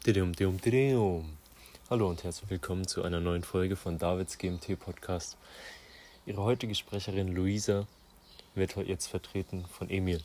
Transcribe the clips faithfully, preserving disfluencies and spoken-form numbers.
Didium, didium, didium. Hallo und herzlich willkommen zu einer neuen Folge von Davids G M T Podcast. Ihre heutige Sprecherin Luisa wird jetzt vertreten von Emil.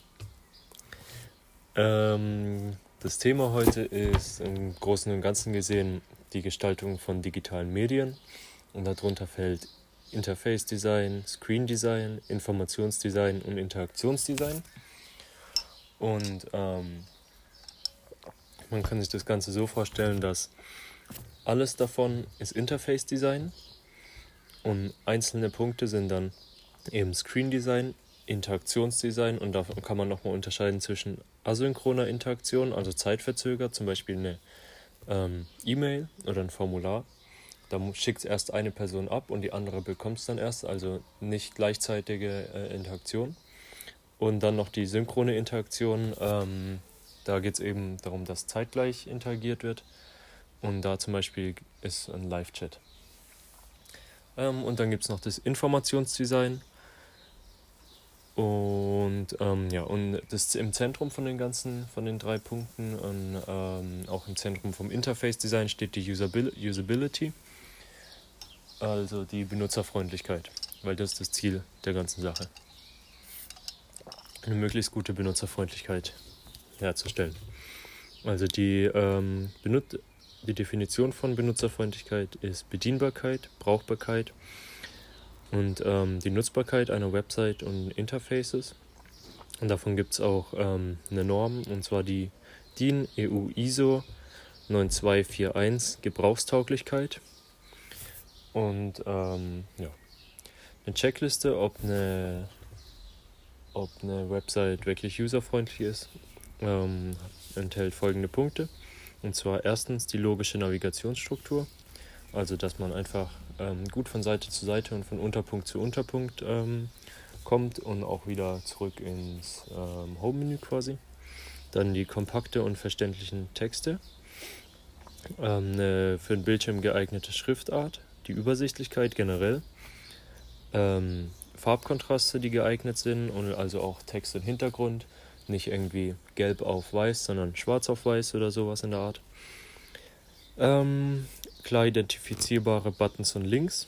Ähm, das Thema heute ist im Großen und Ganzen gesehen die Gestaltung von digitalen Medien und darunter fällt Interface Design, Screen Design, Informationsdesign und Interaktionsdesign. Und ähm, man kann sich das Ganze so vorstellen, dass alles davon ist Interface Design und einzelne Punkte sind dann eben Screen Design, Interaktionsdesign und da kann man nochmal unterscheiden zwischen asynchroner Interaktion, also zeitverzögert, zum Beispiel eine ähm, E-Mail oder ein Formular. Da schickt es erst eine Person ab und die andere bekommt es dann erst, also nicht gleichzeitige äh, Interaktion. Und dann noch die synchrone Interaktion, ähm, da geht es eben darum, dass zeitgleich interagiert wird. Und da zum Beispiel ist ein Live-Chat. Ähm, und dann gibt es noch das Informationsdesign. Und ähm, ja, und das im Zentrum von den ganzen, von den drei Punkten und ähm, auch im Zentrum vom Interface-Design steht die Usabil- Usability, also die Benutzerfreundlichkeit, weil das ist das Ziel der ganzen Sache. Eine möglichst gute Benutzerfreundlichkeit herzustellen. Also die, ähm, Benut- die Definition von Benutzerfreundlichkeit ist Bedienbarkeit, Brauchbarkeit und ähm, die Nutzbarkeit einer Website und Interfaces. Und davon gibt es auch ähm, eine Norm, und zwar die D I N E U I S O neun zwei vier eins Gebrauchstauglichkeit. Und ähm, ja, eine Checkliste, ob eine, ob eine Website wirklich userfreundlich ist, ähm, enthält folgende Punkte. Und zwar erstens die logische Navigationsstruktur, also dass man einfach ähm, gut von Seite zu Seite und von Unterpunkt zu Unterpunkt ähm, kommt und auch wieder zurück ins ähm, Home-Menü quasi. Dann die kompakte und verständlichen Texte, ähm, eine für den Bildschirm geeignete Schriftart, die Übersichtlichkeit generell, ähm, Farbkontraste, die geeignet sind und also auch Text und Hintergrund, nicht irgendwie gelb auf weiß, sondern schwarz auf weiß oder sowas in der Art. Ähm, klar identifizierbare Buttons und Links,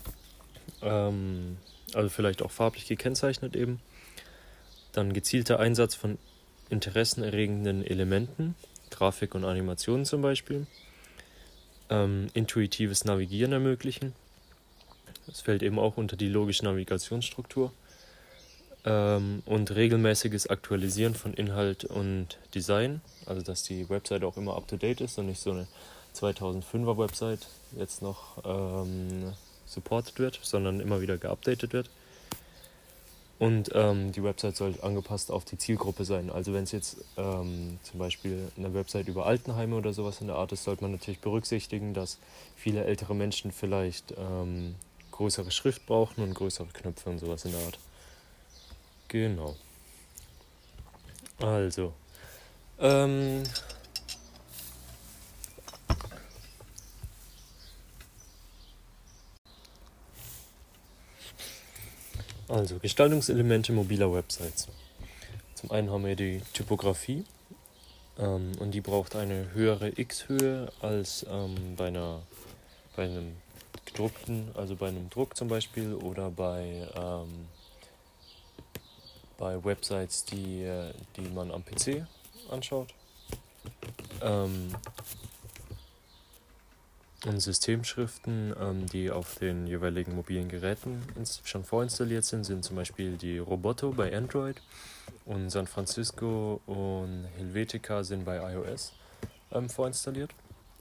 ähm, also vielleicht auch farblich gekennzeichnet eben. Dann gezielter Einsatz von interessenerregenden Elementen, Grafik und Animationen zum Beispiel. Ähm, intuitives Navigieren ermöglichen. Das fällt eben auch unter die logische Navigationsstruktur. Ähm, und regelmäßiges Aktualisieren von Inhalt und Design, also dass die Website auch immer up-to-date ist und nicht so eine zweitausendfünfer Website jetzt noch ähm, supported wird, sondern immer wieder geupdatet wird. Und ähm, die Website soll angepasst auf die Zielgruppe sein. Also wenn es jetzt ähm, zum Beispiel eine Website über Altenheime oder sowas in der Art ist, sollte man natürlich berücksichtigen, dass viele ältere Menschen vielleicht ähm, größere Schrift brauchen und größere Knöpfe und sowas in der Art. Genau. Also, ähm, also Gestaltungselemente mobiler Websites. Zum einen haben wir die Typografie ähm, und die braucht eine höhere X-Höhe als ähm, bei einer bei einem gedruckten, also bei einem Druck zum Beispiel oder bei ähm, bei Websites, die, die man am P C anschaut. Ähm, und Systemschriften, ähm, die auf den jeweiligen mobilen Geräten ins, schon vorinstalliert sind, sind zum Beispiel die Roboto bei Android und San Francisco und Helvetica sind bei iOS ähm, vorinstalliert.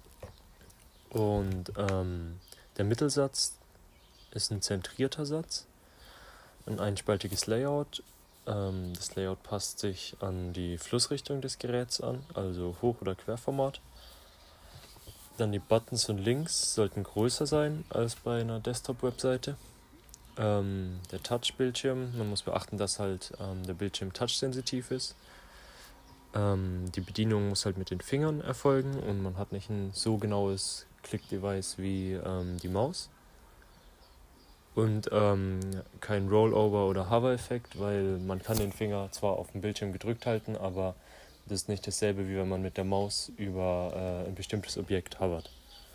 Und ähm, der Mittelsatz ist ein zentrierter Satz, ein einspaltiges Layout. Ähm, das Layout passt sich an die Flussrichtung des Geräts an, also Hoch- oder Querformat. Dann die Buttons und Links sollten größer sein als bei einer Desktop-Webseite. Ähm, der Touch-Bildschirm, man muss beachten, dass halt ähm, der Bildschirm touch-sensitiv ist. Ähm, die Bedienung muss halt mit den Fingern erfolgen und man hat nicht ein so genaues Click-Device wie ähm, die Maus. Und ähm, kein Rollover oder Hover-Effekt, weil man kann den Finger zwar auf dem Bildschirm gedrückt halten, aber das ist nicht dasselbe, wie wenn man mit der Maus über äh, ein bestimmtes Objekt hovert.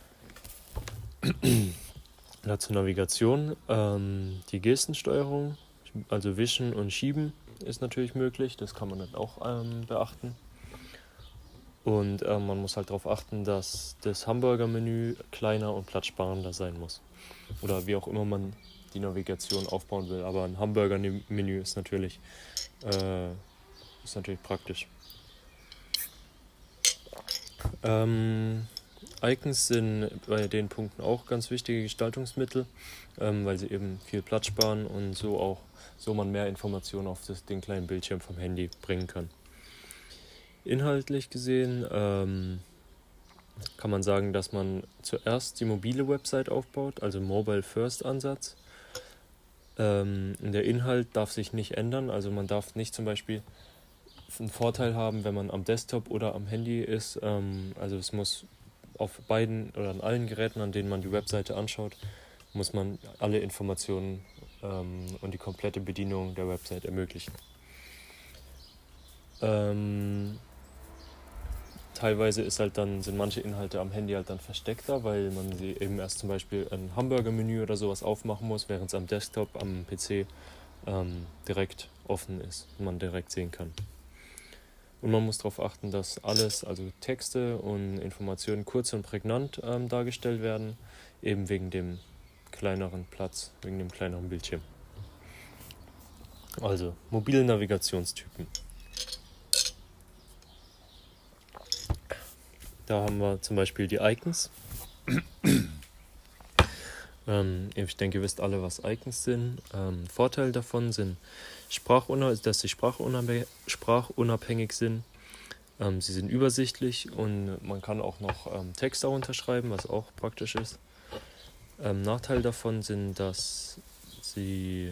Ja, zur Navigation, ähm, die Gestensteuerung, also Wischen und Schieben ist natürlich möglich, das kann man dann auch ähm, beachten. Und äh, man muss halt darauf achten, dass das Hamburger-Menü kleiner und platzsparender sein muss. Oder wie auch immer man die Navigation aufbauen will. Aber ein Hamburger-Menü ist natürlich, äh, ist natürlich praktisch. Ähm, Icons sind bei den Punkten auch ganz wichtige Gestaltungsmittel, ähm, weil sie eben viel Platz sparen und so auch so man mehr Informationen auf das, den kleinen Bildschirm vom Handy bringen kann. Inhaltlich gesehen ähm, kann man sagen, dass man zuerst die mobile Website aufbaut, also Mobile First Ansatz. Ähm, der Inhalt darf sich nicht ändern, also man darf nicht zum Beispiel einen Vorteil haben, wenn man am Desktop oder am Handy ist. Ähm, also es muss auf beiden oder an allen Geräten, an denen man die Webseite anschaut, muss man alle Informationen ähm, und die komplette Bedienung der Website ermöglichen. Ähm, Teilweise ist halt dann, sind manche Inhalte am Handy halt dann versteckter, weil man sie eben erst zum Beispiel ein Hamburger-Menü oder sowas aufmachen muss, während es am Desktop, am P C ähm, direkt offen ist und man direkt sehen kann. Und man muss darauf achten, dass alles, also Texte und Informationen kurz und prägnant ähm, dargestellt werden, eben wegen dem kleineren Platz, wegen dem kleineren Bildschirm. Also, mobile Navigationstypen. Da haben wir zum Beispiel die Icons. ähm, ich denke, ihr wisst alle, was Icons sind. Ähm, Vorteile davon sind, Sprachunabhängig, dass sie sprachunabhängig, sprachunabhängig sind. Ähm, sie sind übersichtlich und man kann auch noch ähm, Text darunter schreiben, was auch praktisch ist. Ähm, Nachteile davon sind, dass sie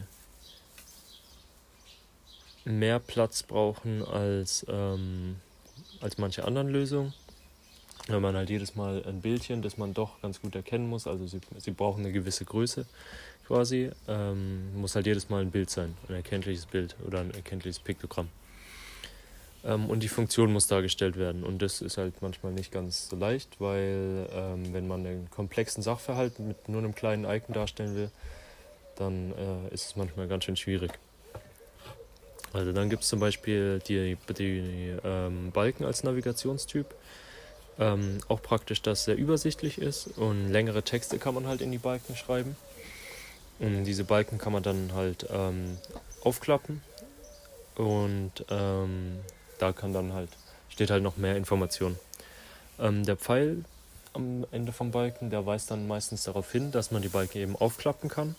mehr Platz brauchen als, ähm, als manche anderen Lösungen. Wenn man halt jedes Mal ein Bildchen, das man doch ganz gut erkennen muss, also sie, sie brauchen eine gewisse Größe quasi, ähm, muss halt jedes Mal ein Bild sein, ein erkenntliches Bild oder ein erkenntliches Piktogramm. Ähm, und die Funktion muss dargestellt werden und das ist halt manchmal nicht ganz so leicht, weil ähm, wenn man einen komplexen Sachverhalt mit nur einem kleinen Icon darstellen will, dann äh, ist es manchmal ganz schön schwierig. Also dann gibt es zum Beispiel die, die ähm, Balken als Navigationstyp. Ähm, auch praktisch, dass es sehr übersichtlich ist und längere Texte kann man halt in die Balken schreiben. Und diese Balken kann man dann halt ähm, aufklappen und ähm, da kann dann halt, steht halt noch mehr Information. Ähm, der Pfeil am Ende vom Balken, der weist dann meistens darauf hin, dass man die Balken eben aufklappen kann.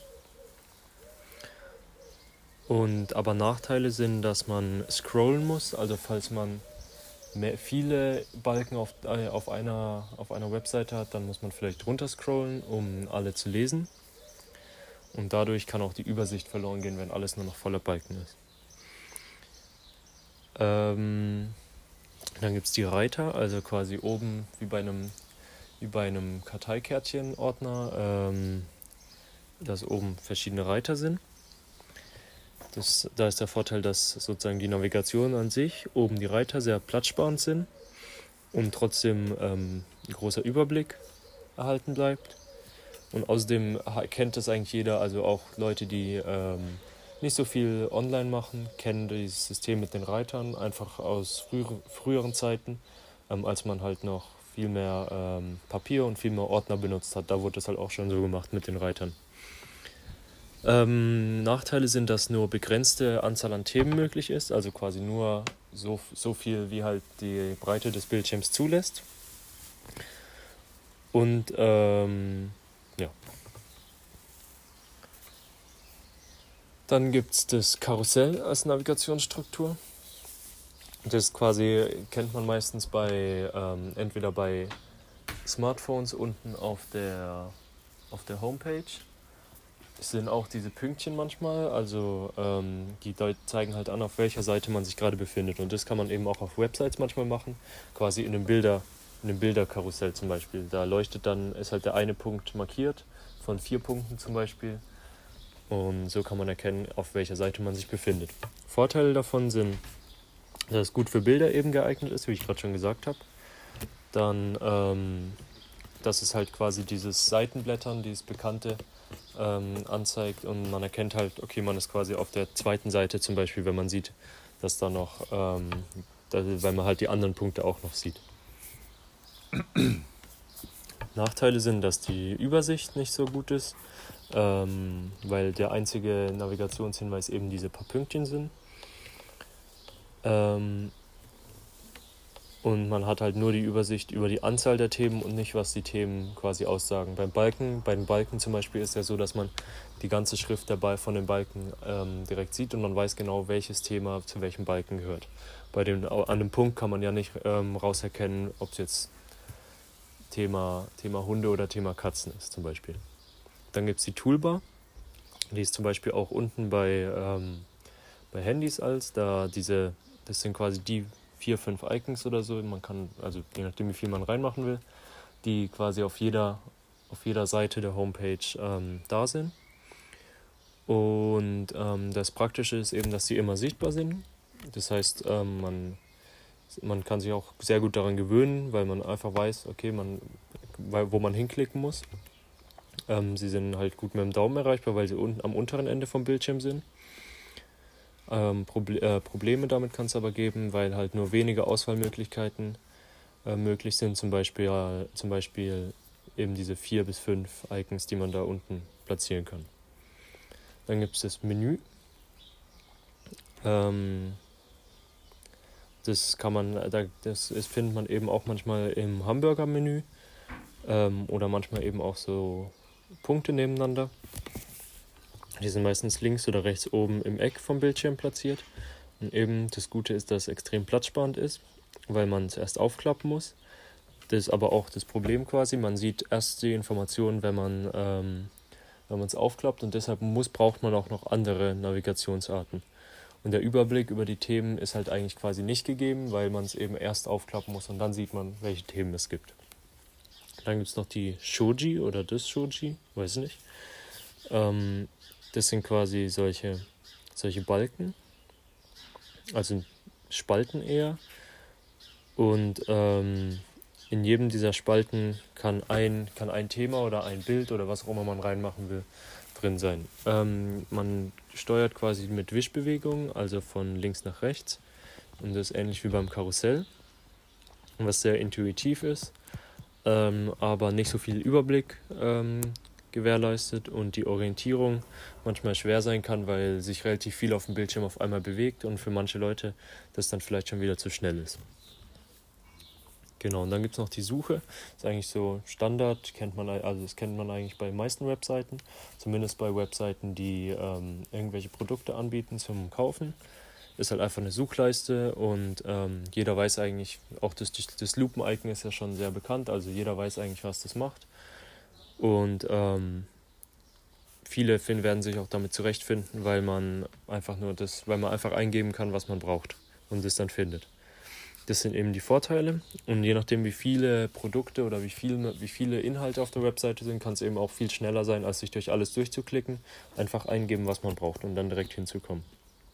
Und aber Nachteile sind, dass man scrollen muss, also falls man mehr, viele Balken auf, äh, auf, einer, auf einer Webseite hat, dann muss man vielleicht runter scrollen, um alle zu lesen. Und dadurch kann auch die Übersicht verloren gehen, wenn alles nur noch voller Balken ist. Ähm, dann gibt es die Reiter, also quasi oben wie bei einem, wie bei einem Karteikärtchen-Ordner, ähm, dass oben verschiedene Reiter sind. Das, da ist der Vorteil, dass sozusagen die Navigation an sich, oben die Reiter sehr platzsparend sind und trotzdem ähm, ein großer Überblick erhalten bleibt. Und außerdem kennt das eigentlich jeder, also auch Leute, die ähm, nicht so viel online machen, kennen dieses System mit den Reitern einfach aus früher, früheren Zeiten, ähm, als man halt noch viel mehr ähm, Papier und viel mehr Ordner benutzt hat. Da wurde das halt auch schon so gemacht mit den Reitern. Ähm, Nachteile sind, dass nur begrenzte Anzahl an Themen möglich ist, also quasi nur so, so viel, wie halt die Breite des Bildschirms zulässt. Und ähm, ja. Dann gibt es das Karussell als Navigationsstruktur. Das quasi kennt man meistens bei ähm, entweder bei Smartphones unten auf der, auf der Homepage. Es sind auch diese Pünktchen manchmal, also ähm, die zeigen halt an, auf welcher Seite man sich gerade befindet. Und das kann man eben auch auf Websites manchmal machen, quasi in einem Bilder, in einem Bilderkarussell zum Beispiel. Da leuchtet dann, ist halt der eine Punkt markiert, von vier Punkten zum Beispiel. Und so kann man erkennen, auf welcher Seite man sich befindet. Vorteile davon sind, dass es gut für Bilder eben geeignet ist, wie ich gerade schon gesagt habe. Dann, ähm, dass es halt quasi dieses Seitenblättern, dieses bekannte, ähm, anzeigt und man erkennt halt, okay, man ist quasi auf der zweiten Seite zum Beispiel, wenn man sieht, dass da noch, ähm, da, weil man halt die anderen Punkte auch noch sieht. Nachteile sind, dass die Übersicht nicht so gut ist, ähm, weil der einzige Navigationshinweis eben diese paar Pünktchen sind. Ähm, und man hat halt nur die Übersicht über die Anzahl der Themen und nicht, was die Themen quasi aussagen. Beim Balken, bei den Balken zum Beispiel ist ja so, dass man die ganze Schrift dabei von den Balken ähm, direkt sieht und man weiß genau, welches Thema zu welchem Balken gehört. Bei dem, an dem Punkt kann man ja nicht ähm, rauserkennen, ob es jetzt Thema, Thema Hunde oder Thema Katzen ist zum Beispiel. Dann gibt es die Toolbar, die ist zum Beispiel auch unten bei, ähm, bei Handys als, da diese, das sind quasi die vier, fünf Icons oder so, man kann, also je nachdem wie viel man reinmachen will, die quasi auf jeder, auf jeder Seite der Homepage ähm, da sind. Und ähm, das Praktische ist eben, dass sie immer sichtbar sind. Das heißt, ähm, man, man kann sich auch sehr gut daran gewöhnen, weil man einfach weiß, okay, man, wo man hinklicken muss. Ähm, sie sind halt gut mit dem Daumen erreichbar, weil sie unten am unteren Ende vom Bildschirm sind. Ähm, Proble- äh, Probleme damit kann es aber geben, weil halt nur wenige Auswahlmöglichkeiten äh, möglich sind. Zum Beispiel, äh, zum Beispiel eben diese vier bis fünf Icons, die man da unten platzieren kann. Dann gibt es das Menü. Ähm, das kann man, da, das ist, findet man eben auch manchmal im Hamburger-Menü ähm, oder manchmal eben auch so Punkte nebeneinander. Die sind meistens links oder rechts oben im Eck vom Bildschirm platziert. Und eben das Gute ist, dass es extrem platzsparend ist, weil man es erst aufklappen muss. Das ist aber auch das Problem quasi. Man sieht erst die Informationen, wenn man ähm, wenn man es aufklappt und deshalb muss, braucht man auch noch andere Navigationsarten. Und der Überblick über die Themen ist halt eigentlich quasi nicht gegeben, weil man es eben erst aufklappen muss und dann sieht man, welche Themen es gibt. Dann gibt es noch die Shoji oder das Shoji, weiß ich nicht. Ähm, das sind quasi solche, solche Balken, also Spalten eher. Und ähm, in jedem dieser Spalten kann ein, kann ein Thema oder ein Bild oder was auch immer man reinmachen will, drin sein. Ähm, man steuert quasi mit Wischbewegungen, also von links nach rechts. Und das ist ähnlich wie beim Karussell, was sehr intuitiv ist, ähm, aber nicht so viel Überblick ähm, gewährleistet und die Orientierung manchmal schwer sein kann, weil sich relativ viel auf dem Bildschirm auf einmal bewegt und für manche Leute das dann vielleicht schon wieder zu schnell ist. Genau, und dann gibt es noch die Suche. Das ist eigentlich so Standard, kennt man, also das kennt man eigentlich bei den meisten Webseiten, zumindest bei Webseiten, die ähm, irgendwelche Produkte anbieten zum Kaufen. Ist halt einfach eine Suchleiste und ähm, jeder weiß eigentlich, auch das, das Lupen-Icon ist ja schon sehr bekannt, also jeder weiß eigentlich, was das macht. Und ähm, viele finden, werden sich auch damit zurechtfinden, weil man einfach nur das, weil man einfach eingeben kann, was man braucht und es dann findet. Das sind eben die Vorteile und je nachdem, wie viele Produkte oder wie, viel, wie viele Inhalte auf der Webseite sind, kann es eben auch viel schneller sein, als sich durch alles durchzuklicken. Einfach eingeben, was man braucht und dann direkt hinzukommen.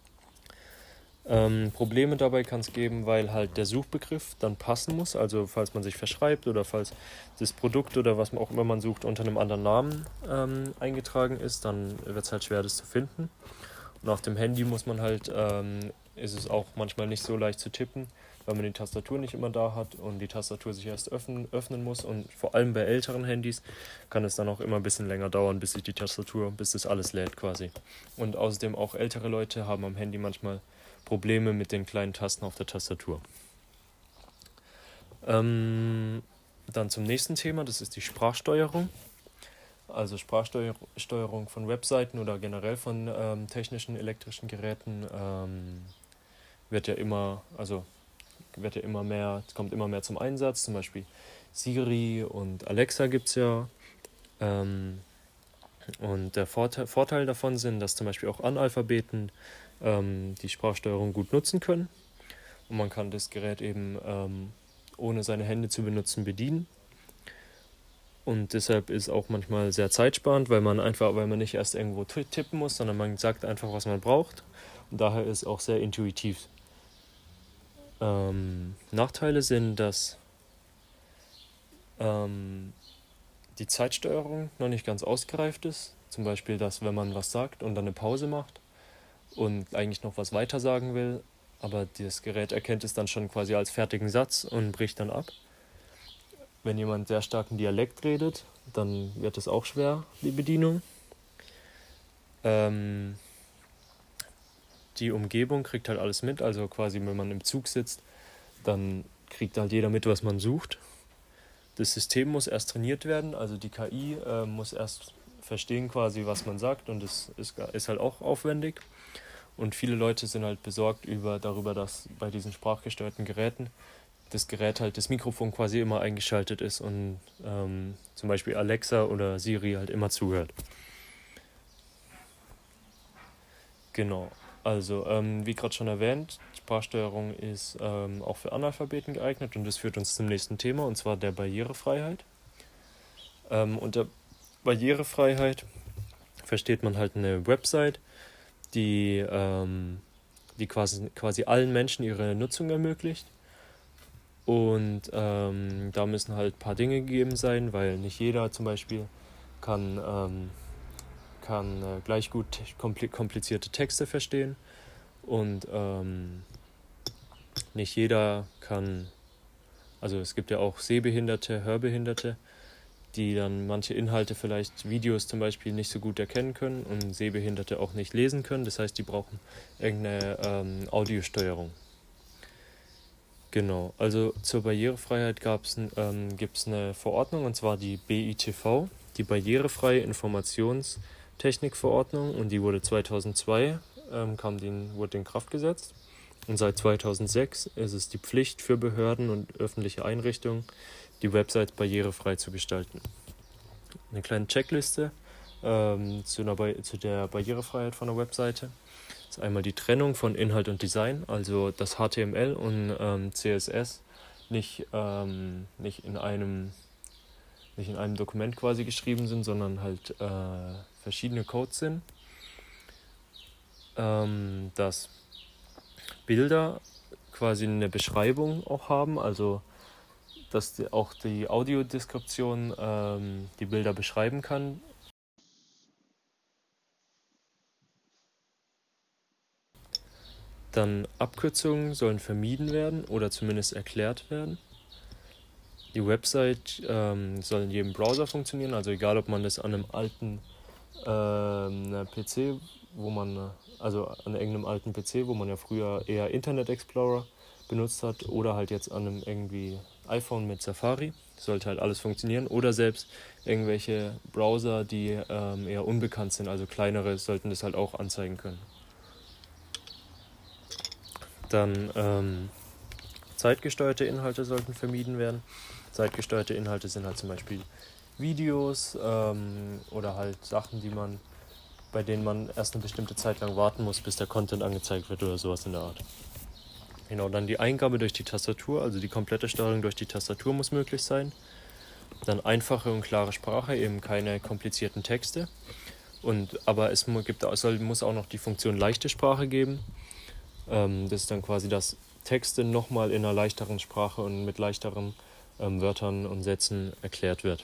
Ähm, Probleme dabei kann es geben, weil halt der Suchbegriff dann passen muss, also falls man sich verschreibt oder falls das Produkt oder was auch immer man sucht unter einem anderen Namen ähm, eingetragen ist, dann wird es halt schwer, das zu finden. Und auf dem Handy muss man halt, ähm, ist es auch manchmal nicht so leicht zu tippen, weil man die Tastatur nicht immer da hat und die Tastatur sich erst öffnen, öffnen muss. Und vor allem bei älteren Handys kann es dann auch immer ein bisschen länger dauern, bis sich die Tastatur, bis das alles lädt quasi. Und außerdem auch ältere Leute haben am Handy manchmal Probleme mit den kleinen Tasten auf der Tastatur. Ähm, dann zum nächsten Thema, das ist die Sprachsteuerung. Also Sprachsteuerung von Webseiten oder generell von ähm, technischen elektrischen Geräten ähm, wird ja immer, also wird ja immer mehr, kommt immer mehr zum Einsatz. Zum Beispiel Siri und Alexa gibt es ja. Ähm, und der Vorteil, Vorteil davon sind, dass zum Beispiel auch Analphabeten ähm, die Sprachsteuerung gut nutzen können. Und man kann das Gerät eben ähm, ohne seine Hände zu benutzen bedienen. Und deshalb ist auch manchmal sehr zeitsparend, weil man einfach, weil man nicht erst irgendwo tippen muss, sondern man sagt einfach, was man braucht. Und daher ist es auch sehr intuitiv. Ähm, Nachteile sind, dass ähm, die Zeitsteuerung noch nicht ganz ausgereift ist. Zum Beispiel, dass wenn man was sagt und dann eine Pause macht und eigentlich noch was weiter sagen will, aber das Gerät erkennt es dann schon quasi als fertigen Satz und bricht dann ab. Wenn jemand sehr starken Dialekt redet, dann wird es auch schwer, die Bedienung. Ähm, die Umgebung kriegt halt alles mit, also quasi wenn man im Zug sitzt, dann kriegt halt jeder mit, was man sucht. Das System muss erst trainiert werden, also die K I äh, muss erst verstehen quasi, was man sagt, und das ist, ist halt auch aufwendig. Und viele Leute sind halt besorgt über, darüber, dass bei diesen sprachgesteuerten Geräten das Gerät halt, das Mikrofon quasi immer eingeschaltet ist und ähm, zum Beispiel Alexa oder Siri halt immer zuhört. Genau, also ähm, wie gerade schon erwähnt, Sprachsteuerung ist ähm, auch für Analphabeten geeignet, und das führt uns zum nächsten Thema, und zwar der Barrierefreiheit. Ähm, unter Barrierefreiheit versteht man halt eine Website, die, ähm, die quasi, quasi allen Menschen ihre Nutzung ermöglicht. Und ähm, da müssen halt ein paar Dinge gegeben sein, weil nicht jeder zum Beispiel kann, ähm, kann äh, gleich gut komplizierte Texte verstehen, und ähm, nicht jeder kann, also es gibt ja auch Sehbehinderte, Hörbehinderte, die dann manche Inhalte, vielleicht Videos zum Beispiel, nicht so gut erkennen können und Sehbehinderte auch nicht lesen können. Das heißt, die brauchen irgendeine ähm, Audiosteuerung. Genau, also zur Barrierefreiheit ähm, gibt es eine Verordnung, und zwar die B I T V, die Barrierefreie Informationstechnikverordnung, und die wurde zweitausendzwei, ähm, kam die, wurde in Kraft gesetzt. Und seit zweitausendsechs ist es die Pflicht für Behörden und öffentliche Einrichtungen, die Websites barrierefrei zu gestalten. Eine kleine Checkliste ähm, zu, einer, zu der Barrierefreiheit von der Webseite. Das ist einmal die Trennung von Inhalt und Design, also dass H T M L und ähm, C S S nicht, ähm, nicht, in einem, nicht in einem Dokument quasi geschrieben sind, sondern halt äh, verschiedene Codes sind. Ähm, dass Bilder quasi eine Beschreibung auch haben, also dass die, auch die Audiodeskription ähm, die Bilder beschreiben kann. Dann Abkürzungen sollen vermieden werden oder zumindest erklärt werden. Die Website ähm, soll in jedem Browser funktionieren, also egal, ob man das an einem alten ähm, P C, wo man, also an irgendeinem alten P C, wo man ja früher eher Internet Explorer benutzt hat, oder halt jetzt an einem irgendwie iPhone mit Safari, sollte halt alles funktionieren, oder selbst irgendwelche Browser, die ähm, eher unbekannt sind, also kleinere, sollten das halt auch anzeigen können. Dann ähm, zeitgesteuerte Inhalte sollten vermieden werden. Zeitgesteuerte Inhalte sind halt zum Beispiel Videos ähm, oder halt Sachen, die man, bei denen man erst eine bestimmte Zeit lang warten muss, bis der Content angezeigt wird oder sowas in der Art. Genau, dann die Eingabe durch die Tastatur, also die komplette Steuerung durch die Tastatur muss möglich sein. Dann einfache und klare Sprache, eben keine komplizierten Texte. Und, aber es gibt, soll, muss auch noch die Funktion leichte Sprache geben. Ähm, das ist dann quasi, dass Texte nochmal in einer leichteren Sprache und mit leichteren ähm, Wörtern und Sätzen erklärt wird.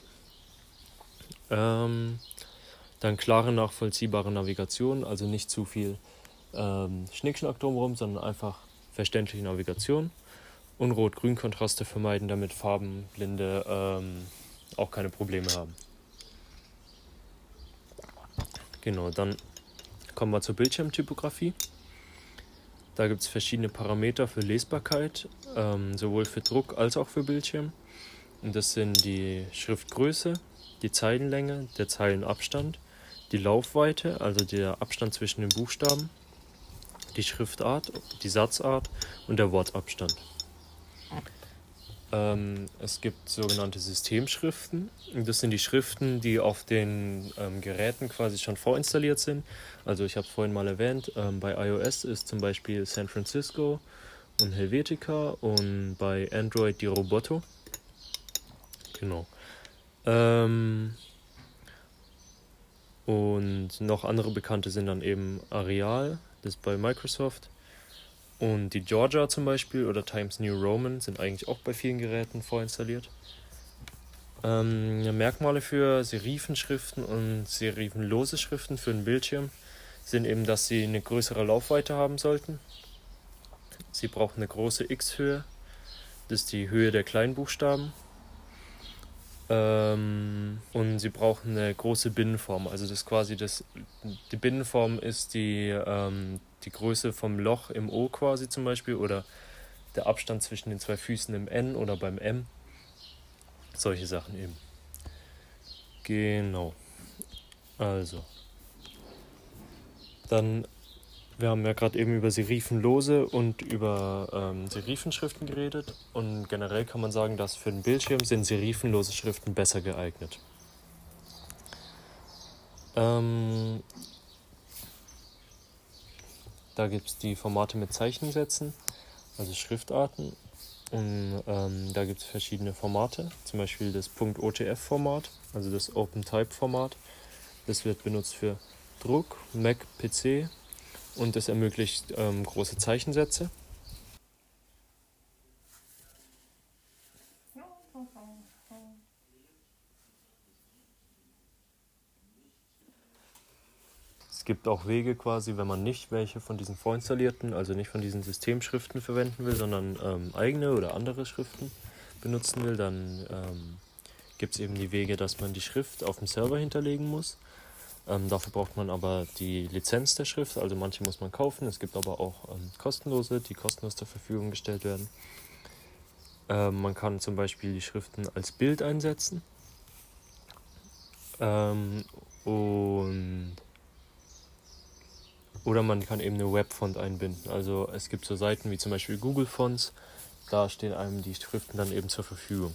Ähm, dann klare, nachvollziehbare Navigation, also nicht zu viel ähm, Schnickschnack drumherum, sondern einfach verständliche Navigation. Und Rot-Grün-Kontraste vermeiden, damit Farbenblinde ähm, auch keine Probleme haben. Genau, dann kommen wir zur Bildschirmtypografie. Da gibt es verschiedene Parameter für Lesbarkeit, ähm, sowohl für Druck als auch für Bildschirm. Und das sind die Schriftgröße, die Zeilenlänge, der Zeilenabstand, die Laufweite, also der Abstand zwischen den Buchstaben, die Schriftart, die Satzart und der Wortabstand. Ähm, es gibt sogenannte Systemschriften. Und das sind die Schriften, die auf den ähm, Geräten quasi schon vorinstalliert sind. Also ich habe es vorhin mal erwähnt, ähm, bei iOS ist zum Beispiel San Francisco und Helvetica, und bei Android die Roboto. Genau. Ähm, und noch andere bekannte sind dann eben Areal, das ist bei Microsoft, Und die Georgia zum Beispiel oder Times New Roman sind eigentlich auch bei vielen Geräten vorinstalliert. Ähm, Merkmale für Serifenschriften und serifenlose Schriften für den Bildschirm sind eben, dass sie eine größere Laufweite haben sollten. Sie brauchen eine große X-Höhe, das ist die Höhe der Kleinbuchstaben. Ähm, und sie brauchen eine große Binnenform, also das ist quasi das, die Binnenform ist die, ähm, die Größe vom Loch im O quasi zum Beispiel oder der Abstand zwischen den zwei Füßen im N oder beim M. Solche Sachen eben. Genau. Also. Dann, wir haben ja gerade eben über serifenlose und über ähm, Serifenschriften geredet. Und generell kann man sagen, dass für den Bildschirm sind serifenlose Schriften besser geeignet. Ähm, da gibt es die Formate mit Zeichensätzen, also Schriftarten. Und ähm, da gibt es verschiedene Formate, zum Beispiel das .otf-Format, also das OpenType-Format. Das wird benutzt für Druck, Mac, P C und das ermöglicht ähm, große Zeichensätze. Es gibt auch Wege quasi, wenn man nicht welche von diesen vorinstallierten, also nicht von diesen Systemschriften verwenden will, sondern ähm, eigene oder andere Schriften benutzen will, dann ähm, gibt es eben die Wege, dass man die Schrift auf dem Server hinterlegen muss. Ähm, dafür braucht man aber die Lizenz der Schrift, also manche muss man kaufen, es gibt aber auch ähm, kostenlose, die kostenlos zur Verfügung gestellt werden. Ähm, man kann zum Beispiel die Schriften als Bild einsetzen ähm, und oder man kann eben eine Webfont einbinden. Also es gibt so Seiten wie zum Beispiel Google Fonts, da stehen einem die Schriften dann eben zur Verfügung.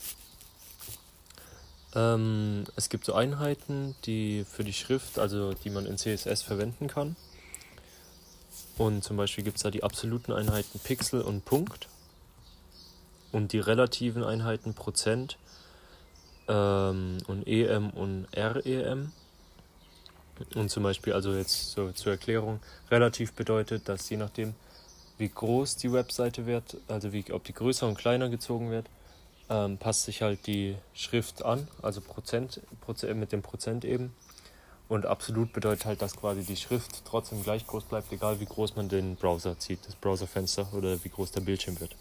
Ähm, es gibt so Einheiten, die für die Schrift, also die man in C S S verwenden kann. Und zum Beispiel gibt es da die absoluten Einheiten Pixel und Punkt und die relativen Einheiten Prozent ähm, und E M und R E M. Und zum Beispiel, also jetzt so zur Erklärung, relativ bedeutet, dass je nachdem, wie groß die Webseite wird, also wie, ob die größer und kleiner gezogen wird, ähm, passt sich halt die Schrift an, also Prozent, Prozent mit dem Prozent eben. Und absolut bedeutet halt, dass quasi die Schrift trotzdem gleich groß bleibt, egal wie groß man den Browser zieht, das Browserfenster oder wie groß der Bildschirm wird.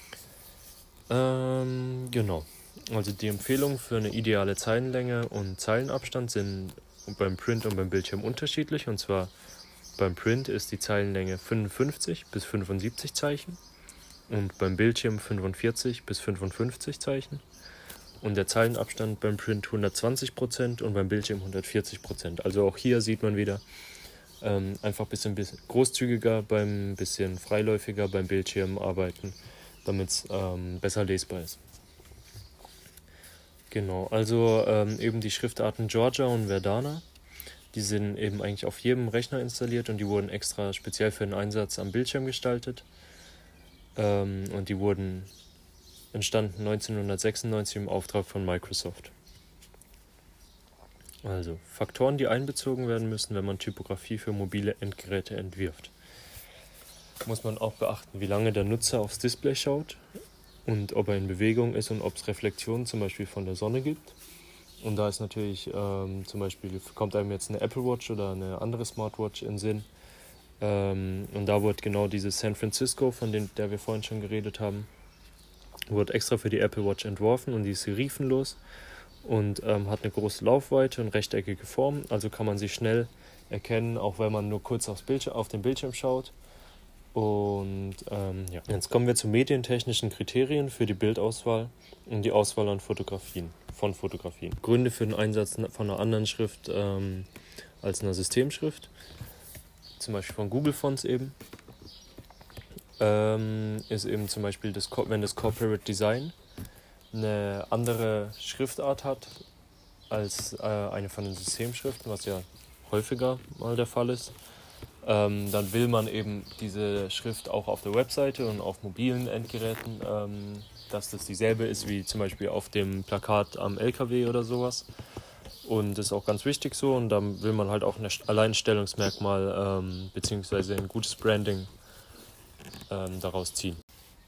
Ähm, genau. Also die Empfehlungen für eine ideale Zeilenlänge und Zeilenabstand sind beim Print und beim Bildschirm unterschiedlich. Und zwar beim Print ist die Zeilenlänge fünfundfünfzig bis fünfundsiebzig Zeichen und beim Bildschirm fünfundvierzig bis fünfundfünfzig Zeichen. Und der Zeilenabstand beim Print hundertzwanzig Prozent und beim Bildschirm hundertvierzig Prozent. Also auch hier sieht man wieder ähm, einfach ein bisschen, bisschen großzügiger, beim bisschen freiläufiger beim Bildschirm arbeiten, damit es ähm, besser lesbar ist. Genau, also ähm, eben die Schriftarten Georgia und Verdana, die sind eben eigentlich auf jedem Rechner installiert und die wurden extra speziell für den Einsatz am Bildschirm gestaltet. Ähm, und die wurden entstanden neunzehnhundertsechsundneunzig im Auftrag von Microsoft. Also Faktoren, die einbezogen werden müssen, wenn man Typografie für mobile Endgeräte entwirft. Muss man auch beachten, wie lange der Nutzer aufs Display schaut und ob er in Bewegung ist und ob es Reflexionen zum Beispiel von der Sonne gibt. Und da ist natürlich ähm, zum Beispiel, kommt einem jetzt eine Apple Watch oder eine andere Smartwatch in den Sinn. Ähm, und da wurde genau diese San Francisco, von den, der wir vorhin schon geredet haben, wurde extra für die Apple Watch entworfen und die ist serifenlos und ähm, hat eine große Laufweite und rechteckige Form. Also kann man sie schnell erkennen, auch wenn man nur kurz aufs Bildschirm, auf den Bildschirm schaut. Und ähm, ja. Jetzt kommen wir zu medientechnischen Kriterien für die Bildauswahl und die Auswahl an Fotografien, von Fotografien. Gründe für den Einsatz von einer anderen Schrift ähm, als einer Systemschrift, zum Beispiel von Google Fonts eben, ähm, ist eben zum Beispiel, das, wenn das Corporate Design eine andere Schriftart hat als äh, eine von den Systemschriften, was ja häufiger mal der Fall ist. Ähm, dann will man eben diese Schrift auch auf der Webseite und auf mobilen Endgeräten, ähm, dass das dieselbe ist wie zum Beispiel auf dem Plakat am L K W oder sowas. Und das ist auch ganz wichtig so. Und dann will man halt auch ein Alleinstellungsmerkmal ähm, beziehungsweise ein gutes Branding ähm, daraus ziehen.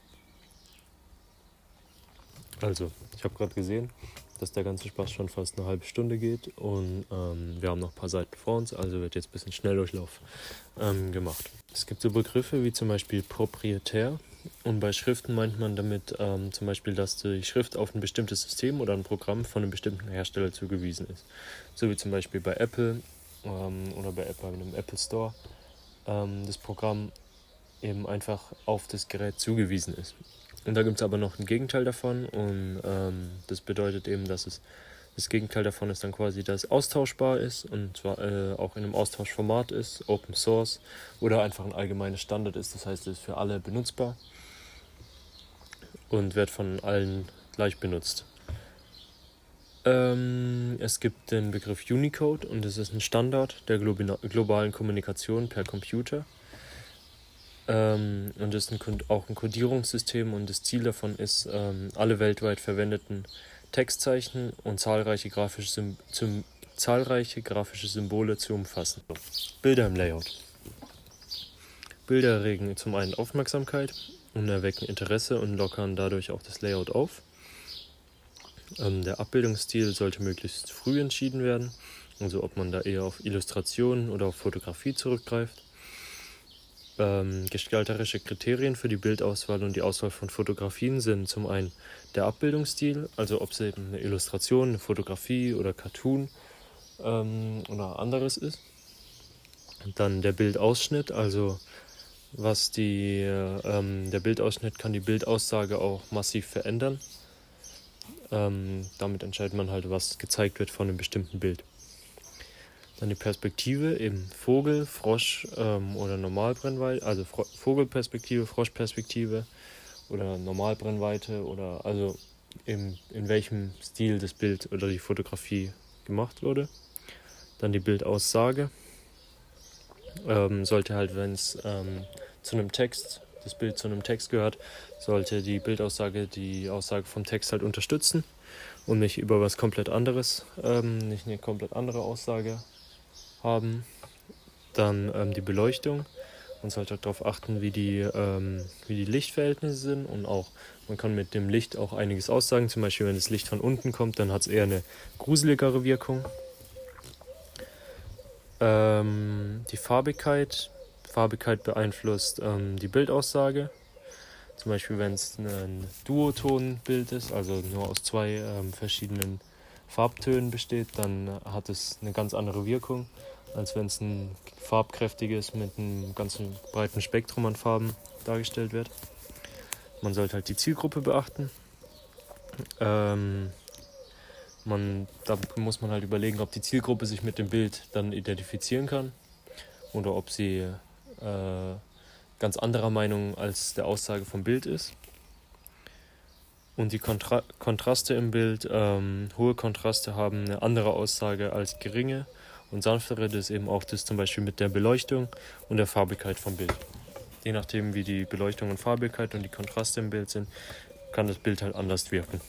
Also, ich habe gerade gesehen, dass der ganze Spaß schon fast eine halbe Stunde geht und ähm, wir haben noch ein paar Seiten vor uns, also wird jetzt ein bisschen Schnelldurchlauf ähm, gemacht. Es gibt so Begriffe wie zum Beispiel proprietär und bei Schriften meint man damit ähm, zum Beispiel, dass die Schrift auf ein bestimmtes System oder ein Programm von einem bestimmten Hersteller zugewiesen ist. So wie zum Beispiel bei Apple ähm, oder bei, bei einem Apple Store ähm, das Programm eben einfach auf das Gerät zugewiesen ist. Und da gibt es aber noch ein Gegenteil davon und ähm, das bedeutet eben, dass es das Gegenteil davon ist dann quasi, dass es austauschbar ist und zwar äh, auch in einem Austauschformat ist, Open Source oder einfach ein allgemeines Standard ist, das heißt, es ist für alle benutzbar und wird von allen gleich benutzt. Ähm, es gibt den Begriff Unicode und das ist ein Standard der globi- globalen Kommunikation per Computer. Ähm, und das ist ein, auch ein Codierungssystem und das Ziel davon ist, ähm, alle weltweit verwendeten Textzeichen und zahlreiche grafische, Sym- zum, zahlreiche grafische Symbole zu umfassen. Bilder im Layout. Bilder erregen zum einen Aufmerksamkeit und erwecken Interesse und lockern dadurch auch das Layout auf. Ähm, der Abbildungsstil sollte möglichst früh entschieden werden, also ob man da eher auf Illustrationen oder auf Fotografie zurückgreift. Ähm, gestalterische Kriterien für die Bildauswahl und die Auswahl von Fotografien sind zum einen der Abbildungsstil, also ob es eben eine Illustration, eine Fotografie oder Cartoon ähm, oder anderes ist. Und dann der Bildausschnitt, also was die, ähm, der Bildausschnitt kann die Bildaussage auch massiv verändern. Ähm, damit entscheidet man halt, was gezeigt wird von einem bestimmten Bild. Dann die Perspektive, eben Vogel, Frosch ähm, oder Normalbrennweite, also Fro- Vogelperspektive, Froschperspektive oder Normalbrennweite oder also im, in welchem Stil das Bild oder die Fotografie gemacht wurde. Dann die Bildaussage. Ähm, sollte halt, wenn es ähm, zu einem Text, das Bild zu einem Text gehört, sollte die Bildaussage die Aussage vom Text halt unterstützen und nicht über was komplett anderes, ähm, nicht eine komplett andere Aussage haben. Dann ähm, die Beleuchtung. Man sollte darauf achten, wie die, ähm, wie die Lichtverhältnisse sind und auch, man kann mit dem Licht auch einiges aussagen. Zum Beispiel, wenn das Licht von unten kommt, dann hat es eher eine gruseligere Wirkung. Ähm, die Farbigkeit. Farbigkeit beeinflusst ähm, die Bildaussage. Zum Beispiel, wenn es ein Duotonbild ist, also nur aus zwei ähm, verschiedenen Farbtönen besteht, dann hat es eine ganz andere Wirkung, als wenn es ein farbkräftiges mit einem ganz breiten Spektrum an Farben dargestellt wird. Man sollte halt die Zielgruppe beachten. Ähm, man, da muss man halt überlegen, ob die Zielgruppe sich mit dem Bild dann identifizieren kann oder ob sie äh, ganz anderer Meinung als der Aussage vom Bild ist. Und die Kontra- Kontraste im Bild, ähm, hohe Kontraste haben eine andere Aussage als geringe und sanftere, das ist eben auch das zum Beispiel mit der Beleuchtung und der Farbigkeit vom Bild. Je nachdem, wie die Beleuchtung und Farbigkeit und die Kontraste im Bild sind, kann das Bild halt anders wirken.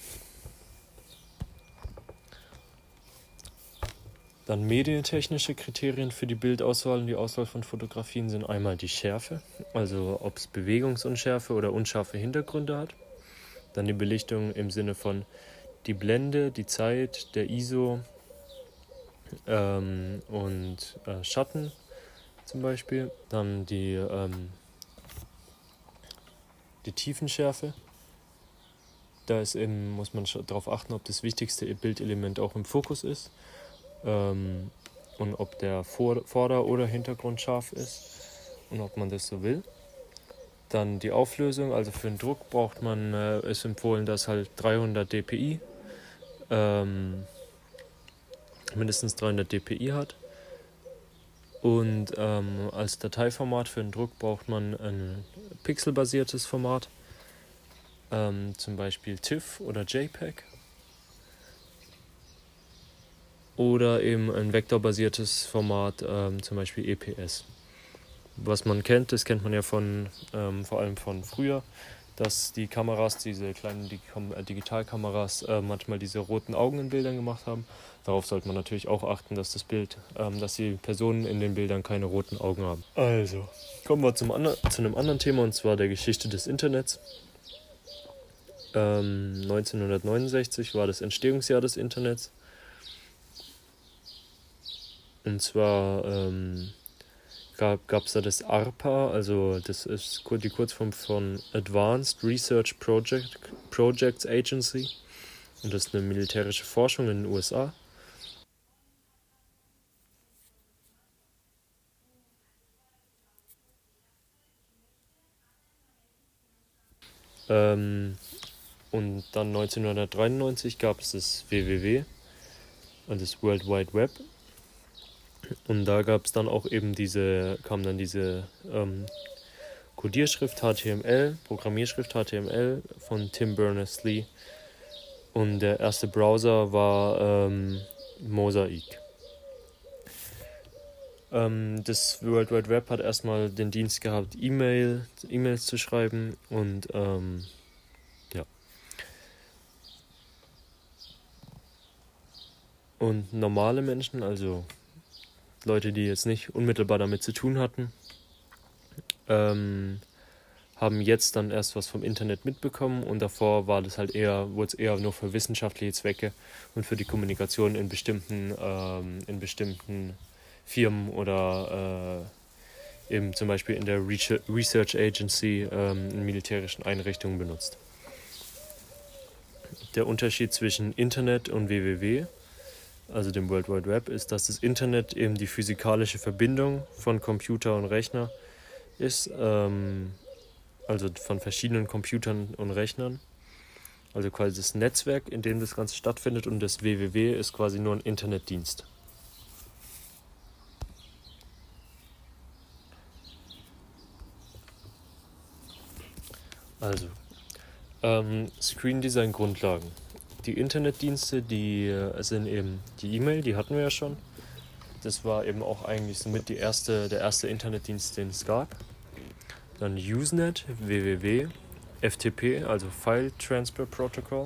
Dann medientechnische Kriterien für die Bildauswahl und die Auswahl von Fotografien sind einmal die Schärfe, also ob es Bewegungsunschärfe oder unscharfe Hintergründe hat. Dann die Belichtung im Sinne von die Blende, die Zeit, der I S O ähm, und äh, Schatten zum Beispiel. Dann die, ähm, die Tiefenschärfe. Da ist eben, muss man darauf achten, ob das wichtigste Bildelement auch im Fokus ist ähm, und ob der Vor- Vorder- oder Hintergrund scharf ist und ob man das so will. Dann die Auflösung, also für den Druck braucht man, äh, ist empfohlen, dass halt dreihundert dpi, ähm, mindestens dreihundert dpi hat. Und ähm, als Dateiformat für den Druck braucht man ein pixelbasiertes Format, ähm, zum Beispiel TIFF oder JPEG. Oder eben ein vektorbasiertes Format, ähm, zum Beispiel E P S. Was man kennt, das kennt man ja von, ähm, vor allem von früher. dass die Kameras, diese kleinen Digitalkameras, äh, manchmal diese roten Augen in Bildern gemacht haben. Darauf sollte man natürlich auch achten, dass das Bild, ähm, dass die Personen in den Bildern keine roten Augen haben. Also, kommen wir zum andre- zu einem anderen Thema, und zwar der Geschichte des Internets. Ähm, neunzehnhundertneunundsechzig war das Entstehungsjahr des Internets. Und zwar ähm, gab es da das ARPA, also das ist die Kurzform von Advanced Research Project, Projects Agency. Und das ist eine militärische Forschung in den U S A. Ähm, und dann neunzehnhundertdreiundneunzig gab es das W W W, also das World Wide Web. Und da gab es dann auch eben diese, kam dann diese ähm, Codierschrift H T M L, Programmierschrift H T M L von Tim Berners-Lee. Und der erste Browser war ähm, Mosaic. Ähm, das World Wide Web hat erstmal den Dienst gehabt, E-Mail, E-Mails zu schreiben und ähm, ja. Und normale Menschen, also Leute, die jetzt nicht unmittelbar damit zu tun hatten, ähm, haben jetzt dann erst was vom Internet mitbekommen, und davor war das halt eher, wurde es eher nur für wissenschaftliche Zwecke und für die Kommunikation in bestimmten, ähm, in bestimmten Firmen oder äh, eben zum Beispiel in der Research Agency ähm, in militärischen Einrichtungen benutzt. Der Unterschied zwischen Internet und W W W, also dem World Wide Web, ist, dass das Internet eben die physikalische Verbindung von Computer und Rechner ist, ähm, also von verschiedenen Computern und Rechnern. Also quasi das Netzwerk, in dem das Ganze stattfindet, und das W W W ist quasi nur ein Internetdienst. Also, ähm, Screen Design Grundlagen. Die Internetdienste, die äh, sind eben die E-Mail, die hatten wir ja schon. Das war eben auch eigentlich somit die erste, der erste Internetdienst, den es gab. Dann Usenet, W W W, F T P, also File Transfer Protocol,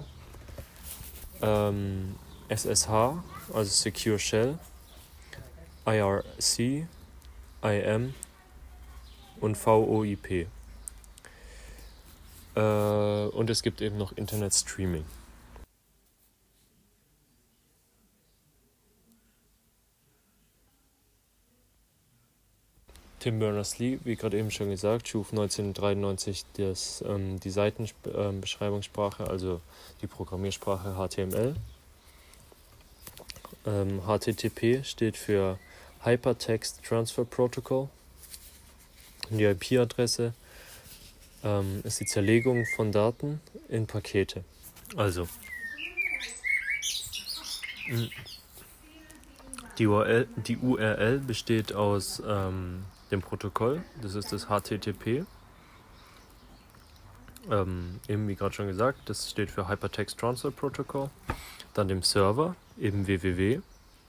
ähm, S S H, also Secure Shell, I R C, I M und V O I P. Äh, und es gibt eben noch Internet Streaming. Tim Berners-Lee, wie gerade eben schon gesagt, schuf neunzehnhundertdreiundneunzig das, ähm, die Seitenbeschreibungssprache, also die Programmiersprache H T M L. Ähm, H T T P steht für Hypertext Transfer Protocol. Und die I P-Adresse ähm, ist die Zerlegung von Daten in Pakete. Also, die U R L, die U R L besteht aus ähm, dem Protokoll, das ist das H T T P. Ähm, eben wie gerade schon gesagt, das steht für Hypertext Transfer Protocol. Dann dem Server, eben W W W.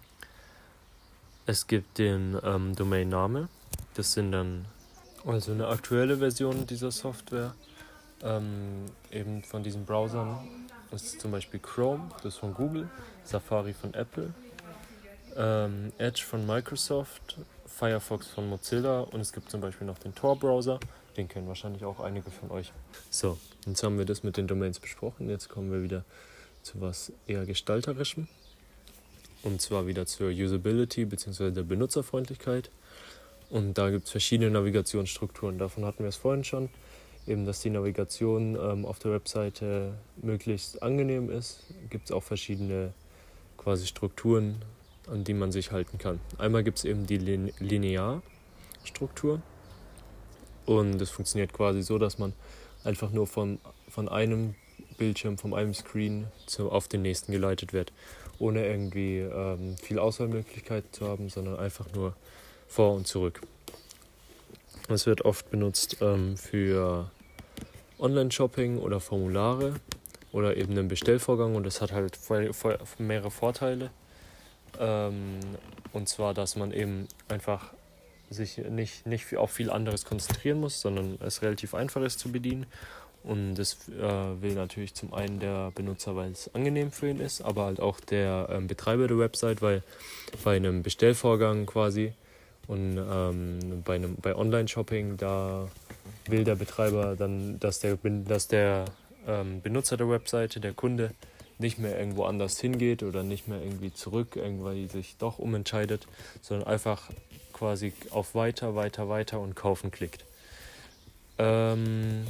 Es gibt den ähm, Domainname, das sind dann also eine aktuelle Version dieser Software, ähm, eben von diesen Browsern. Das ist zum Beispiel Chrome, das ist von Google, Safari von Apple, ähm, Edge von Microsoft, Firefox von Mozilla, und es gibt zum Beispiel noch den Tor-Browser, den kennen wahrscheinlich auch einige von euch. So, jetzt haben wir das mit den Domains besprochen, jetzt kommen wir wieder zu was eher Gestalterischem, und zwar wieder zur Usability bzw. der Benutzerfreundlichkeit. Und da gibt es verschiedene Navigationsstrukturen, davon hatten wir es vorhin schon, eben dass die Navigation ähm, auf der Webseite möglichst angenehm ist. Gibt es auch verschiedene quasi Strukturen, an die man sich halten kann. Einmal gibt es eben die Lin- Linearstruktur, und das funktioniert quasi so, dass man einfach nur von, von einem Bildschirm, von einem Screen zu, auf den nächsten geleitet wird, ohne irgendwie ähm, viel Auswahlmöglichkeiten zu haben, sondern einfach nur vor und zurück. Es wird oft benutzt ähm, für Online-Shopping oder Formulare oder eben einen Bestellvorgang, und das hat halt mehrere Vorteile. Ähm, und zwar, dass man eben einfach sich nicht, nicht auf viel anderes konzentrieren muss, sondern es relativ einfach ist zu bedienen, Und das äh, will natürlich zum einen der Benutzer, weil es angenehm für ihn ist, aber halt auch der ähm, Betreiber der Website, weil bei einem Bestellvorgang quasi und ähm, bei, einem, bei Online-Shopping, da will der Betreiber dann, dass der, dass der ähm, Benutzer der Webseite, der Kunde, nicht mehr irgendwo anders hingeht oder nicht mehr irgendwie zurück, irgendwie sich doch umentscheidet, sondern einfach quasi auf Weiter, Weiter, Weiter und Kaufen klickt. Ähm,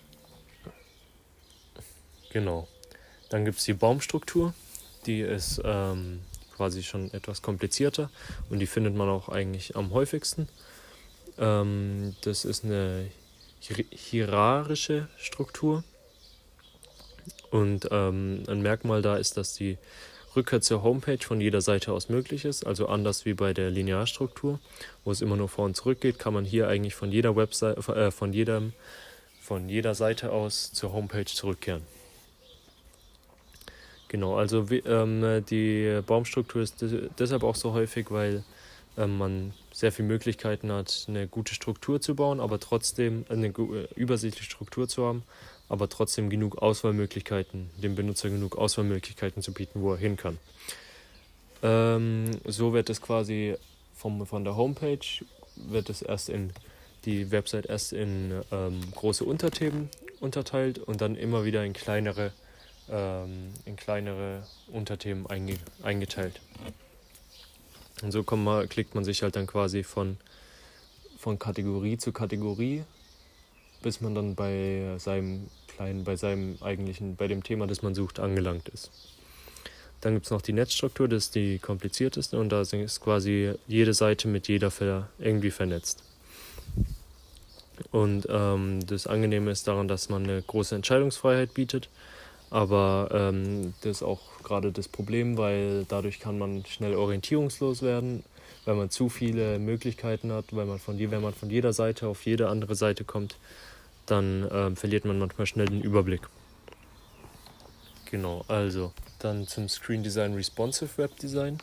genau. Dann gibt es die Baumstruktur, die ist ähm, quasi schon etwas komplizierter und die findet man auch eigentlich am häufigsten. Ähm, das ist eine hier- hierarchische Struktur und ähm, ein Merkmal da ist, dass die Rückkehr zur Homepage von jeder Seite aus möglich ist, also anders wie bei der Linearstruktur, wo es immer nur vor und zurück geht, kann man hier eigentlich von jeder Website, äh, von jedem, von jeder Seite aus zur Homepage zurückkehren. Genau, also wie, ähm, die Baumstruktur ist des- deshalb auch so häufig, weil ähm, man sehr viele Möglichkeiten hat, eine gute Struktur zu bauen, aber trotzdem eine gu- äh, übersichtliche Struktur zu haben, aber trotzdem genug Auswahlmöglichkeiten, dem Benutzer genug Auswahlmöglichkeiten zu bieten, wo er hin kann. Ähm, so wird es quasi vom, von der Homepage, wird es erst in die Website erst in ähm, große Unterthemen unterteilt und dann immer wieder in kleinere, ähm, in kleinere Unterthemen einge, eingeteilt. Und so kommt man, klickt man sich halt dann quasi von, von Kategorie zu Kategorie, bis man dann bei seinem kleinen, bei seinem eigentlichen, bei dem Thema, das man sucht, angelangt ist. Dann gibt es noch die Netzstruktur, das ist die komplizierteste und da ist quasi jede Seite mit jeder ver irgendwie vernetzt. Und ähm, das Angenehme ist daran, dass man eine große Entscheidungsfreiheit bietet, aber ähm, das ist auch gerade das Problem, weil dadurch kann man schnell orientierungslos werden, weil man zu viele Möglichkeiten hat, weil man von, wenn man von jeder Seite auf jede andere Seite kommt, dann ähm, verliert man manchmal schnell den Überblick. Genau, also dann zum Screen Design Responsive Web Design.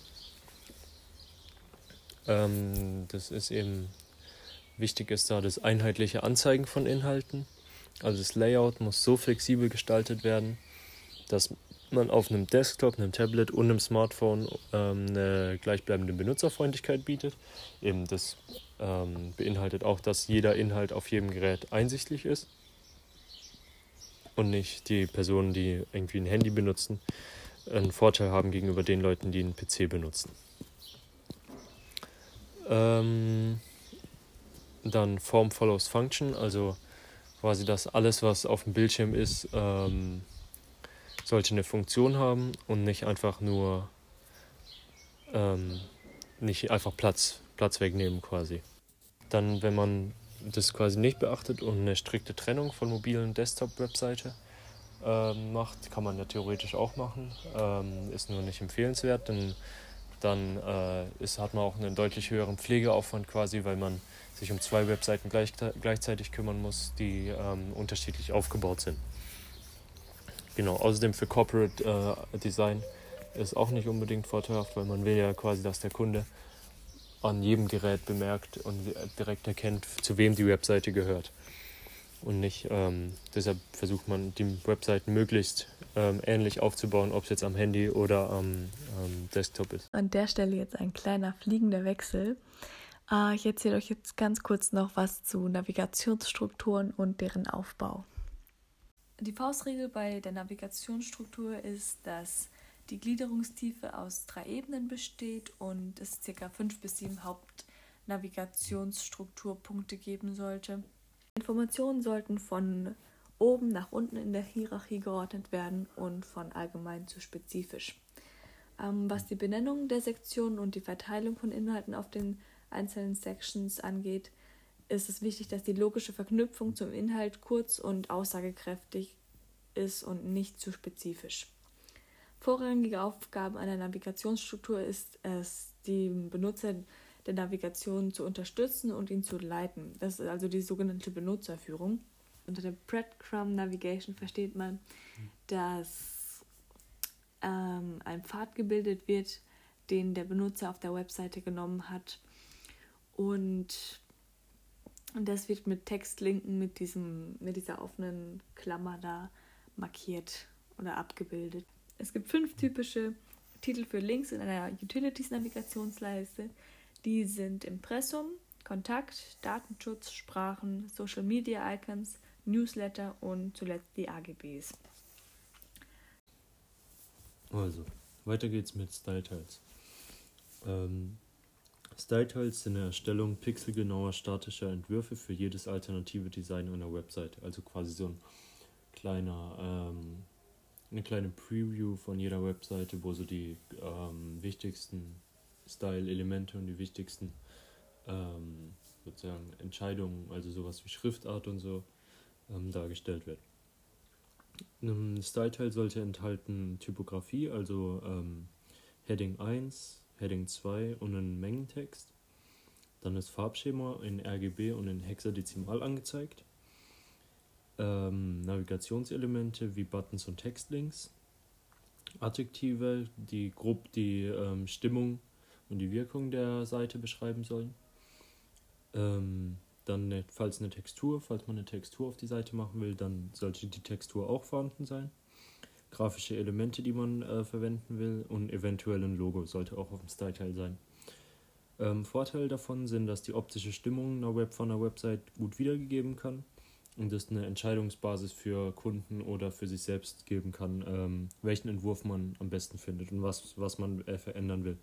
Ähm, das ist eben, wichtig ist da das einheitliche Anzeigen von Inhalten. Also das Layout muss so flexibel gestaltet werden, dass man auf einem Desktop, einem Tablet und einem Smartphone ähm, eine gleichbleibende Benutzerfreundlichkeit bietet. Eben das ähm, beinhaltet auch, dass jeder Inhalt auf jedem Gerät einsichtlich ist und nicht die Personen, die irgendwie ein Handy benutzen, einen Vorteil haben gegenüber den Leuten, die einen P C benutzen. Ähm, dann Form follows Function, also quasi, dass alles, was auf dem Bildschirm ist, ähm, sollte eine Funktion haben und nicht einfach nur ähm, nicht einfach Platz, Platz wegnehmen quasi. Dann, wenn man das quasi nicht beachtet und eine strikte Trennung von mobilen und Desktop-Webseite ähm, macht, kann man ja theoretisch auch machen, ähm, ist nur nicht empfehlenswert, denn dann äh, ist, hat man auch einen deutlich höheren Pflegeaufwand quasi, weil man sich um zwei Webseiten gleich, gleichzeitig kümmern muss, die ähm, unterschiedlich aufgebaut sind. Genau, außerdem für Corporate äh, Design ist auch nicht unbedingt vorteilhaft, weil man will ja quasi, dass der Kunde an jedem Gerät bemerkt und direkt erkennt, zu wem die Webseite gehört. Und nicht, ähm, deshalb versucht man, die Webseiten möglichst ähm, ähnlich aufzubauen, ob es jetzt am Handy oder am ähm, Desktop ist. An der Stelle jetzt ein kleiner fliegender Wechsel. Äh, ich erzähle euch jetzt ganz kurz noch was zu Navigationsstrukturen und deren Aufbau. Die Faustregel bei der Navigationsstruktur ist, dass die Gliederungstiefe aus drei Ebenen besteht und es ca. fünf bis sieben Hauptnavigationsstrukturpunkte geben sollte. Informationen sollten von oben nach unten in der Hierarchie geordnet werden und von allgemein zu spezifisch. Ähm, was die Benennung der Sektionen und die Verteilung von Inhalten auf den einzelnen Sections angeht, ist es wichtig, dass die logische Verknüpfung zum Inhalt kurz und aussagekräftig ist und nicht zu spezifisch. Vorrangige Aufgabe einer Navigationsstruktur ist es, die Benutzer der Navigation zu unterstützen und ihn zu leiten. Das ist also die sogenannte Benutzerführung. Unter der Breadcrumb Navigation versteht man, dass ähm, ein Pfad gebildet wird, den der Benutzer auf der Webseite genommen hat und Und das wird mit Textlinken mit, diesem, mit dieser offenen Klammer da markiert oder abgebildet. Es gibt fünf typische Titel für Links in einer Utilities-Navigationsleiste. Die sind Impressum, Kontakt, Datenschutz, Sprachen, Social Media Icons, Newsletter und zuletzt die A G Bs. Also, weiter geht's mit Style-Tiles. Ähm, Style-Tiles sind eine Erstellung pixelgenauer statischer Entwürfe für jedes alternative Design einer Website. Also quasi so ein kleiner, ähm, eine kleine Preview von jeder Webseite, wo so die ähm, wichtigsten Style-Elemente und die wichtigsten ähm, sozusagen Entscheidungen, also sowas wie Schriftart und so, ähm, dargestellt wird. Ein Style-Tile sollte enthalten Typografie, also ähm, Heading eins, Heading zwei und einen Mengentext. Dann das Farbschema in R G B und in Hexadezimal angezeigt. Ähm, Navigationselemente wie Buttons und Textlinks. Adjektive, die grob die ähm, Stimmung und die Wirkung der Seite beschreiben sollen. Ähm, dann, eine, falls eine Textur, falls man eine Textur auf die Seite machen will, dann sollte die Textur auch vorhanden sein. Grafische Elemente, die man äh, verwenden will, und eventuell ein Logo sollte auch auf dem Style-Tile sein. Ähm, Vorteile davon sind, dass die optische Stimmung einer Web von einer Website gut wiedergegeben kann und es eine Entscheidungsbasis für Kunden oder für sich selbst geben kann, ähm, welchen Entwurf man am besten findet und was, was man äh, verändern will.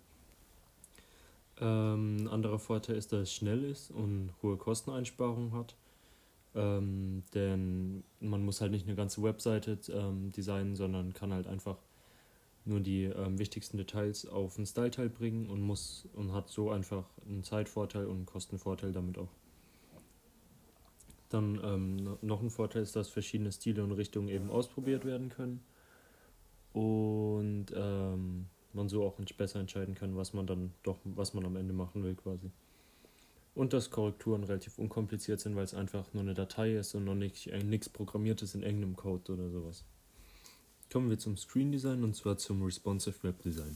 Ähm, ein anderer Vorteil ist, dass es schnell ist und hohe Kosteneinsparungen hat. Ähm, denn man muss halt nicht eine ganze Webseite ähm, designen, sondern kann halt einfach nur die ähm, wichtigsten Details auf ein Style-Tile bringen und muss und hat so einfach einen Zeitvorteil und einen Kostenvorteil damit auch. Dann ähm, noch ein Vorteil ist, dass verschiedene Stile und Richtungen eben ausprobiert werden können und ähm, man so auch besser entscheiden kann, was man dann doch, was man am Ende machen will quasi. Und dass Korrekturen relativ unkompliziert sind, weil es einfach nur eine Datei ist und noch nicht, äh, nichts Programmiertes in irgendeinem Code oder sowas. Kommen wir zum Screen Design und zwar zum Responsive Web Design.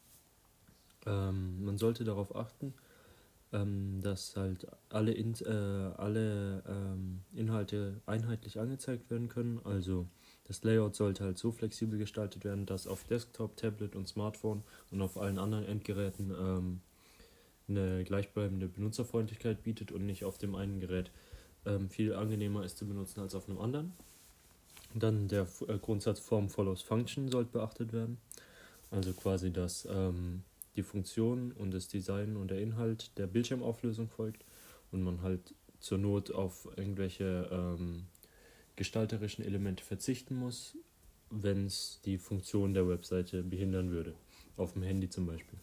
Ähm, man sollte darauf achten, ähm, dass halt alle, in, äh, alle ähm, Inhalte einheitlich angezeigt werden können. Also das Layout sollte halt so flexibel gestaltet werden, dass auf Desktop, Tablet und Smartphone und auf allen anderen Endgeräten ähm, eine gleichbleibende Benutzerfreundlichkeit bietet und nicht auf dem einen Gerät ähm, viel angenehmer ist zu benutzen als auf einem anderen. Dann der äh, Grundsatz Form follows Function sollte beachtet werden. Also quasi, dass ähm, die Funktion und das Design und der Inhalt der Bildschirmauflösung folgt und man halt zur Not auf irgendwelche ähm, gestalterischen Elemente verzichten muss, wenn es die Funktion der Webseite behindern würde. Auf dem Handy zum Beispiel.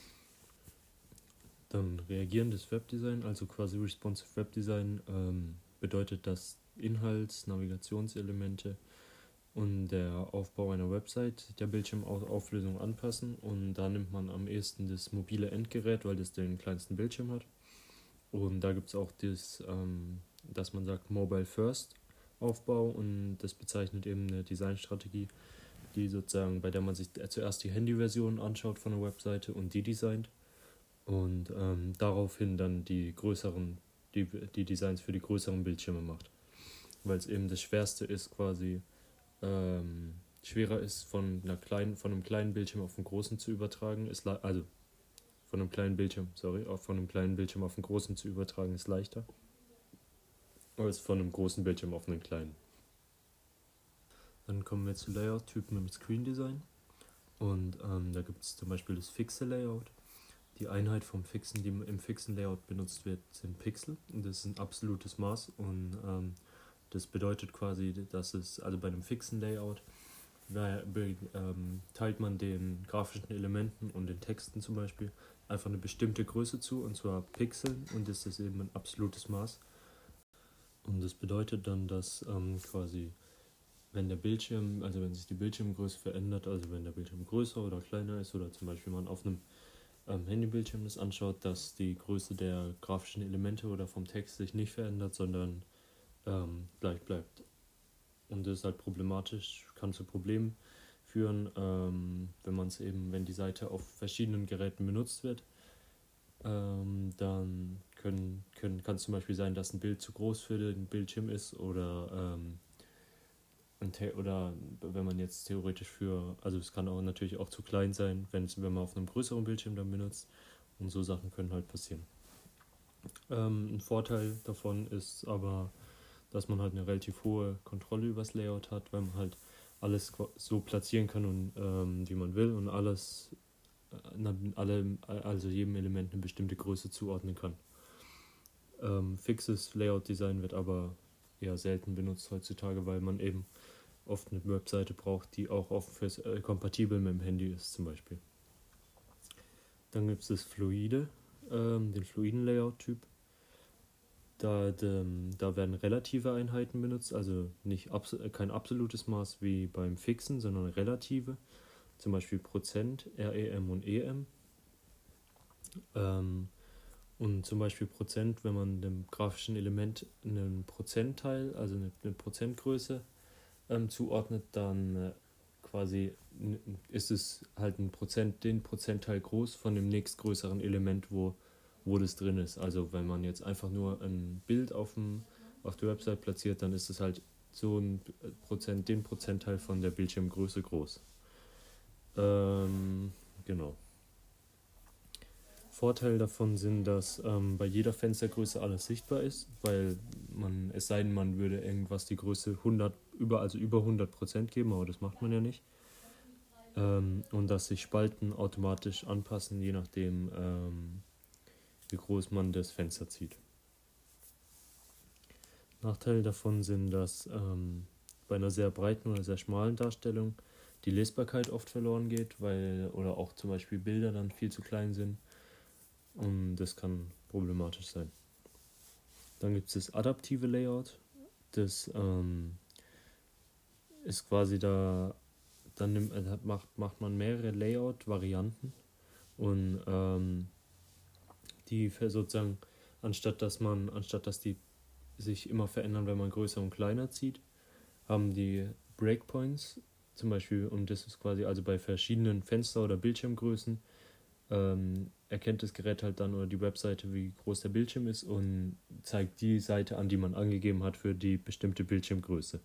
Dann reagierendes Webdesign, also quasi Responsive Webdesign, ähm, bedeutet, dass Inhalts-, Navigationselemente und der Aufbau einer Website der Bildschirmauflösung anpassen und da nimmt man am ehesten das mobile Endgerät, weil das den kleinsten Bildschirm hat. Und da gibt es auch das, ähm, dass man sagt Mobile First Aufbau und das bezeichnet eben eine Designstrategie, die sozusagen, bei der man sich zuerst die Handyversion anschaut von der Webseite und die designt und ähm, daraufhin dann die größeren, die, die Designs für die größeren Bildschirme macht. Weil es eben das Schwerste ist quasi, ähm, schwerer ist von einer kleinen, von einem kleinen Bildschirm auf einen großen zu übertragen, ist le- also von einem kleinen Bildschirm, sorry, auch von einem kleinen Bildschirm auf einen großen zu übertragen ist leichter als von einem großen Bildschirm auf einen kleinen. Dann kommen wir zu Layout-Typen im Screen Design und ähm, da gibt es zum Beispiel das fixe Layout. Die Einheit vom fixen, die im fixen Layout benutzt wird, sind Pixel und das ist ein absolutes Maß und ähm, das bedeutet quasi, dass es, also bei einem fixen Layout ähm, teilt man den grafischen Elementen und den Texten zum Beispiel einfach eine bestimmte Größe zu, und zwar Pixeln, und das ist eben ein absolutes Maß. Und das bedeutet dann, dass ähm, quasi, wenn der Bildschirm, also wenn sich die Bildschirmgröße verändert, also wenn der Bildschirm größer oder kleiner ist oder zum Beispiel man auf einem ähm, Handybildschirm das anschaut, dass die Größe der grafischen Elemente oder vom Text sich nicht verändert, sondern ähm, gleich bleibt. Und das ist halt problematisch, kann zu Problemen führen, ähm, wenn man es eben, wenn die Seite auf verschiedenen Geräten benutzt wird, ähm, dann können, können, kann es zum Beispiel sein, dass ein Bild zu groß für den Bildschirm ist oder, ähm, ein The- oder wenn man jetzt theoretisch für, also es kann auch natürlich auch zu klein sein, wenn, es, wenn man auf einem größeren Bildschirm dann benutzt und so Sachen können halt passieren. Ähm, ein Vorteil davon ist aber, dass man halt eine relativ hohe Kontrolle über das Layout hat, weil man halt alles so platzieren kann und ähm, wie man will und alles alle, also jedem Element eine bestimmte Größe zuordnen kann. Ähm, fixes Layout-Design wird aber eher selten benutzt heutzutage, weil man eben oft eine Webseite braucht, die auch oft fürs, äh, kompatibel mit dem Handy ist zum Beispiel. Dann gibt es das Fluide, ähm, den fluiden Layout-Typ. Da, de, da werden relative Einheiten benutzt, also nicht abs- kein absolutes Maß wie beim Fixen, sondern relative. Zum Beispiel Prozent, rem und em. Ähm, und zum Beispiel Prozent, wenn man dem grafischen Element einen Prozentteil, also eine, eine Prozentgröße ähm, zuordnet, dann äh, quasi n- ist es halt ein Prozent, den Prozentteil groß von dem nächstgrößeren Element, wo, wo das drin ist. Also wenn man jetzt einfach nur ein Bild auf, dem, auf der Website platziert, dann ist es halt so ein Prozent, den Prozentteil von der Bildschirmgröße groß. Ähm, genau. Vorteile davon sind, dass ähm, bei jeder Fenstergröße alles sichtbar ist, weil man, es sei denn, man würde irgendwas die Größe hundert, über, also über hundert Prozent geben, aber das macht man ja nicht. Ähm, und dass sich Spalten automatisch anpassen, je nachdem, ähm, wie groß man das Fenster zieht. Nachteile davon sind, dass ähm, bei einer sehr breiten oder sehr schmalen Darstellung die Lesbarkeit oft verloren geht, weil oder auch zum Beispiel Bilder dann viel zu klein sind. Und das kann problematisch sein. Dann gibt es das adaptive Layout. Das ähm, ist quasi da, dann nimmt, äh, macht, macht man mehrere Layout-Varianten und ähm, die für sozusagen, anstatt dass man, anstatt dass die sich immer verändern, wenn man größer und kleiner zieht, haben die Breakpoints zum Beispiel, und das ist quasi also bei verschiedenen Fenster- oder Bildschirmgrößen, ähm, erkennt das Gerät halt dann oder die Webseite, wie groß der Bildschirm ist und zeigt die Seite an, die man angegeben hat für die bestimmte Bildschirmgröße.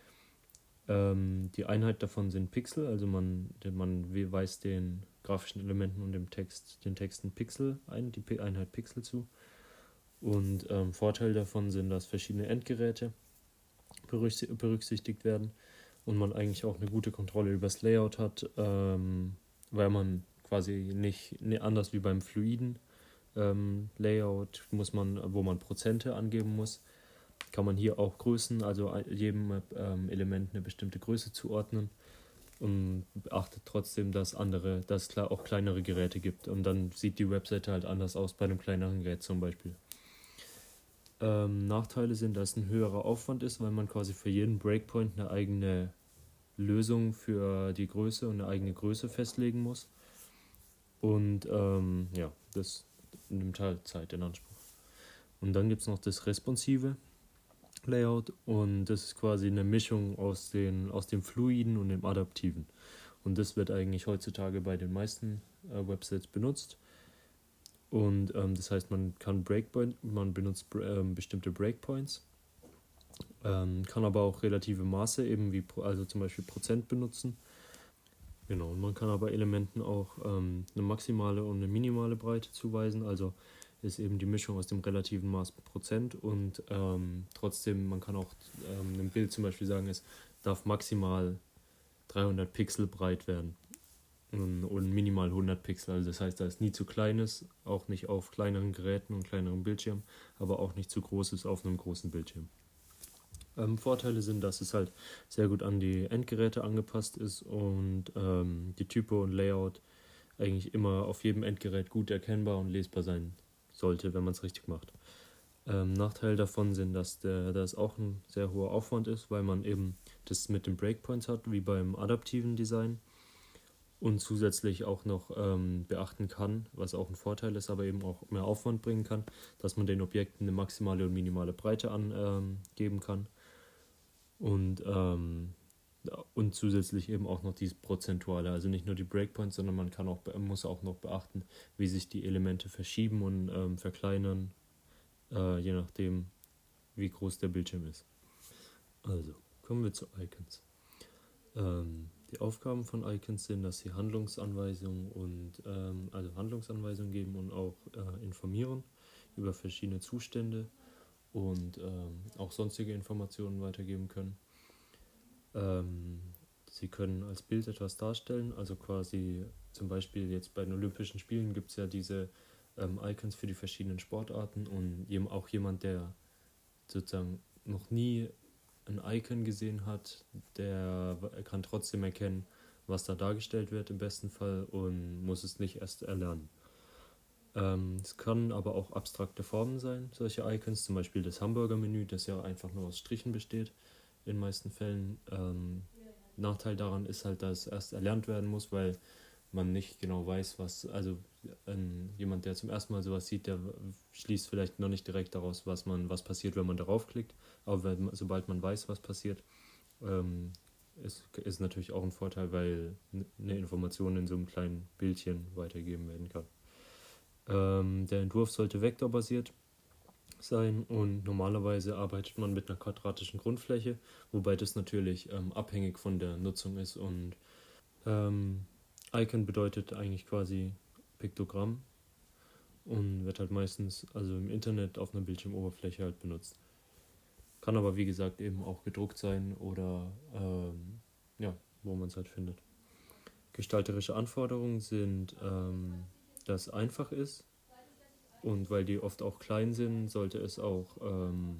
Ähm, die Einheit davon sind Pixel, also man, man weist den grafischen Elementen und dem Text, den Texten Pixel ein, die Einheit Pixel zu. Und ähm, Vorteile davon sind, dass verschiedene Endgeräte berücksichtigt werden und man eigentlich auch eine gute Kontrolle über das Layout hat, ähm, weil man quasi nicht, nicht anders wie beim fluiden ähm, Layout, muss man, wo man Prozente angeben muss, kann man hier auch Größen, also jedem ähm, Element eine bestimmte Größe zuordnen und beachtet trotzdem, dass andere, dass es auch kleinere Geräte gibt und dann sieht die Webseite halt anders aus bei einem kleineren Gerät zum Beispiel. Ähm, Nachteile sind, dass es ein höherer Aufwand ist, weil man quasi für jeden Breakpoint eine eigene Lösung für die Größe und eine eigene Größe festlegen muss. Und ähm, ja, das nimmt halt Zeit in Anspruch. Und dann gibt es noch das responsive Layout und das ist quasi eine Mischung aus, den, aus dem fluiden und dem adaptiven. Und das wird eigentlich heutzutage bei den meisten äh, Websites benutzt. Und ähm, das heißt, man kann Breakpoint, man benutzt ähm, bestimmte Breakpoints, ähm, kann aber auch relative Maße, eben wie also zum Beispiel Prozent benutzen. Genau, und man kann aber Elementen auch ähm, eine maximale und eine minimale Breite zuweisen, also ist eben die Mischung aus dem relativen Maß Prozent und ähm, trotzdem, man kann auch ähm, einem Bild zum Beispiel sagen, es darf maximal dreihundert Pixel breit werden und, und minimal hundert Pixel, also das heißt, da ist nie zu kleines, auch nicht auf kleineren Geräten und kleineren Bildschirmen, aber auch nicht zu großes auf einem großen Bildschirm. Ähm, Vorteile sind, dass es halt sehr gut an die Endgeräte angepasst ist und ähm, die Typo und Layout eigentlich immer auf jedem Endgerät gut erkennbar und lesbar sein sollte, wenn man es richtig macht. Ähm, Nachteile davon sind, dass der, das auch ein sehr hoher Aufwand ist, weil man eben das mit den Breakpoints hat, wie beim adaptiven Design und zusätzlich auch noch ähm, beachten kann, was auch ein Vorteil ist, aber eben auch mehr Aufwand bringen kann, dass man den Objekten eine maximale und minimale Breite angeben kann und, ähm, und zusätzlich eben auch noch dieses Prozentuale, also nicht nur die Breakpoints, sondern man kann auch, muss auch noch beachten, wie sich die Elemente verschieben und ähm, verkleinern äh, je nachdem, wie groß der Bildschirm ist. Also, kommen wir zu Icons. Ähm, die Aufgaben von Icons sind, dass sie Handlungsanweisungen und ähm, also Handlungsanweisungen geben und auch äh, informieren über verschiedene Zustände und ähm, auch sonstige Informationen weitergeben können. Ähm, sie können als Bild etwas darstellen, also quasi zum Beispiel jetzt bei den Olympischen Spielen gibt es ja diese ähm, Icons für die verschiedenen Sportarten und jem, auch jemand, der sozusagen noch nie ein Icon gesehen hat, der kann trotzdem erkennen, was da dargestellt wird im besten Fall und muss es nicht erst erlernen. Ähm, es kann aber auch abstrakte Formen sein, solche Icons, zum Beispiel das Hamburger-Menü, das ja einfach nur aus Strichen besteht in den meisten Fällen. Ähm, Nachteil daran ist halt, dass es erst erlernt werden muss, weil man nicht genau weiß, was, also ähm, jemand, der zum ersten Mal sowas sieht, der schließt vielleicht noch nicht direkt daraus, was man, was passiert, wenn man darauf klickt, aber wenn, sobald man weiß, was passiert, ähm, ist, ist natürlich auch ein Vorteil, weil eine Information in so einem kleinen Bildchen weitergegeben werden kann. Ähm, der Entwurf sollte vektorbasiert sein und normalerweise arbeitet man mit einer quadratischen Grundfläche, wobei das natürlich ähm, abhängig von der Nutzung ist und ähm, Icon bedeutet eigentlich quasi Piktogramm und wird halt meistens also im Internet auf einer Bildschirmoberfläche halt benutzt. Kann aber wie gesagt eben auch gedruckt sein oder ähm, ja, wo man es halt findet. Gestalterische Anforderungen sind, ähm, dass es einfach ist und weil die oft auch klein sind, sollte es auch ähm,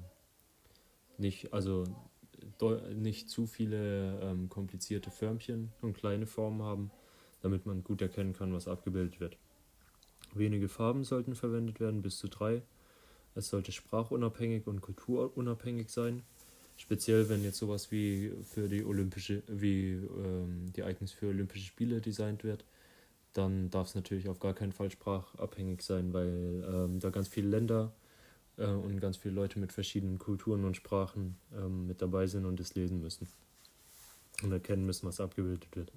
nicht, also nicht zu viele ähm, komplizierte Förmchen und kleine Formen haben, damit man gut erkennen kann, was abgebildet wird. Wenige Farben sollten verwendet werden, bis zu drei. Es sollte sprachunabhängig und kulturunabhängig sein. Speziell wenn jetzt sowas wie für die Olympische, wie ähm, die Icons für Olympische Spiele designt wird, dann darf es natürlich auf gar keinen Fall sprachabhängig sein, weil ähm, da ganz viele Länder äh, und ganz viele Leute mit verschiedenen Kulturen und Sprachen ähm, mit dabei sind und es lesen müssen und erkennen müssen, was abgebildet wird.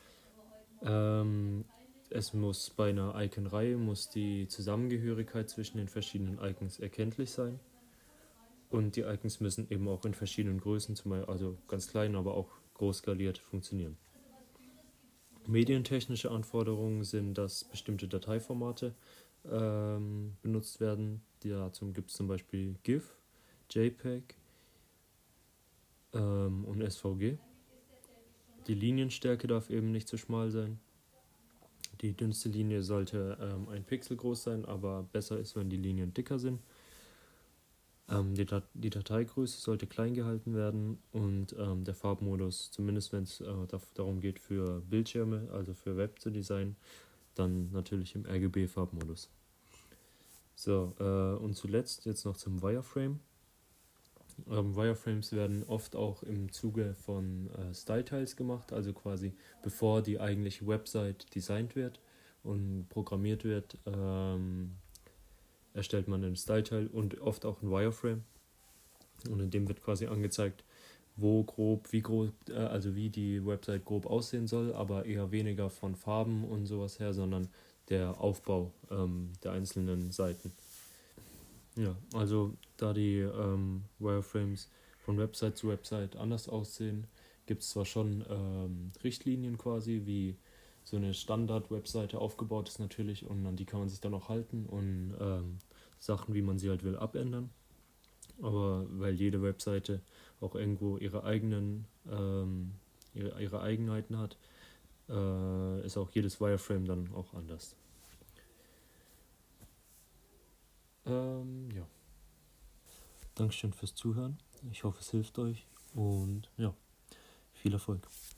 Ähm, es muss bei einer Icon-Reihe muss die Zusammengehörigkeit zwischen den verschiedenen Icons erkenntlich sein. Und die Icons müssen eben auch in verschiedenen Größen, zum Beispiel, also ganz klein, aber auch groß skaliert, funktionieren. Medientechnische Anforderungen sind, dass bestimmte Dateiformate ähm, benutzt werden. Dazu gibt es zum Beispiel GIF, JPEG ähm, und S V G. Die Linienstärke darf eben nicht zu schmal sein. Die dünnste Linie sollte ähm, ein Pixel groß sein, aber besser ist, wenn die Linien dicker sind. Ähm, die, Dat- die Dateigröße sollte klein gehalten werden und ähm, der Farbmodus, zumindest wenn es äh, da- darum geht, für Bildschirme, also für Web zu designen, dann natürlich im R G B-Farbmodus. So, äh, und zuletzt jetzt noch zum Wireframe. Ähm, Wireframes werden oft auch im Zuge von äh, Style-Tiles gemacht, also quasi bevor die eigentliche Website designt wird und programmiert wird, ähm, erstellt man einen Style-Tile und oft auch ein Wireframe. Und in dem wird quasi angezeigt, wo grob, wie grob, äh, also wie die Website grob aussehen soll, aber eher weniger von Farben und sowas her, sondern der Aufbau ähm, der einzelnen Seiten. Ja, also da die ähm, Wireframes von Website zu Website anders aussehen, gibt es zwar schon ähm, Richtlinien quasi, wie so eine Standard-Webseite aufgebaut ist natürlich und an die kann man sich dann auch halten und ähm, Sachen, wie man sie halt will, abändern. Aber weil jede Webseite auch irgendwo ihre eigenen ähm, ihre, ihre Eigenheiten hat, äh, ist auch jedes Wireframe dann auch anders. Ähm, ja. Dankeschön fürs Zuhören. Ich hoffe, es hilft euch und ja, viel Erfolg.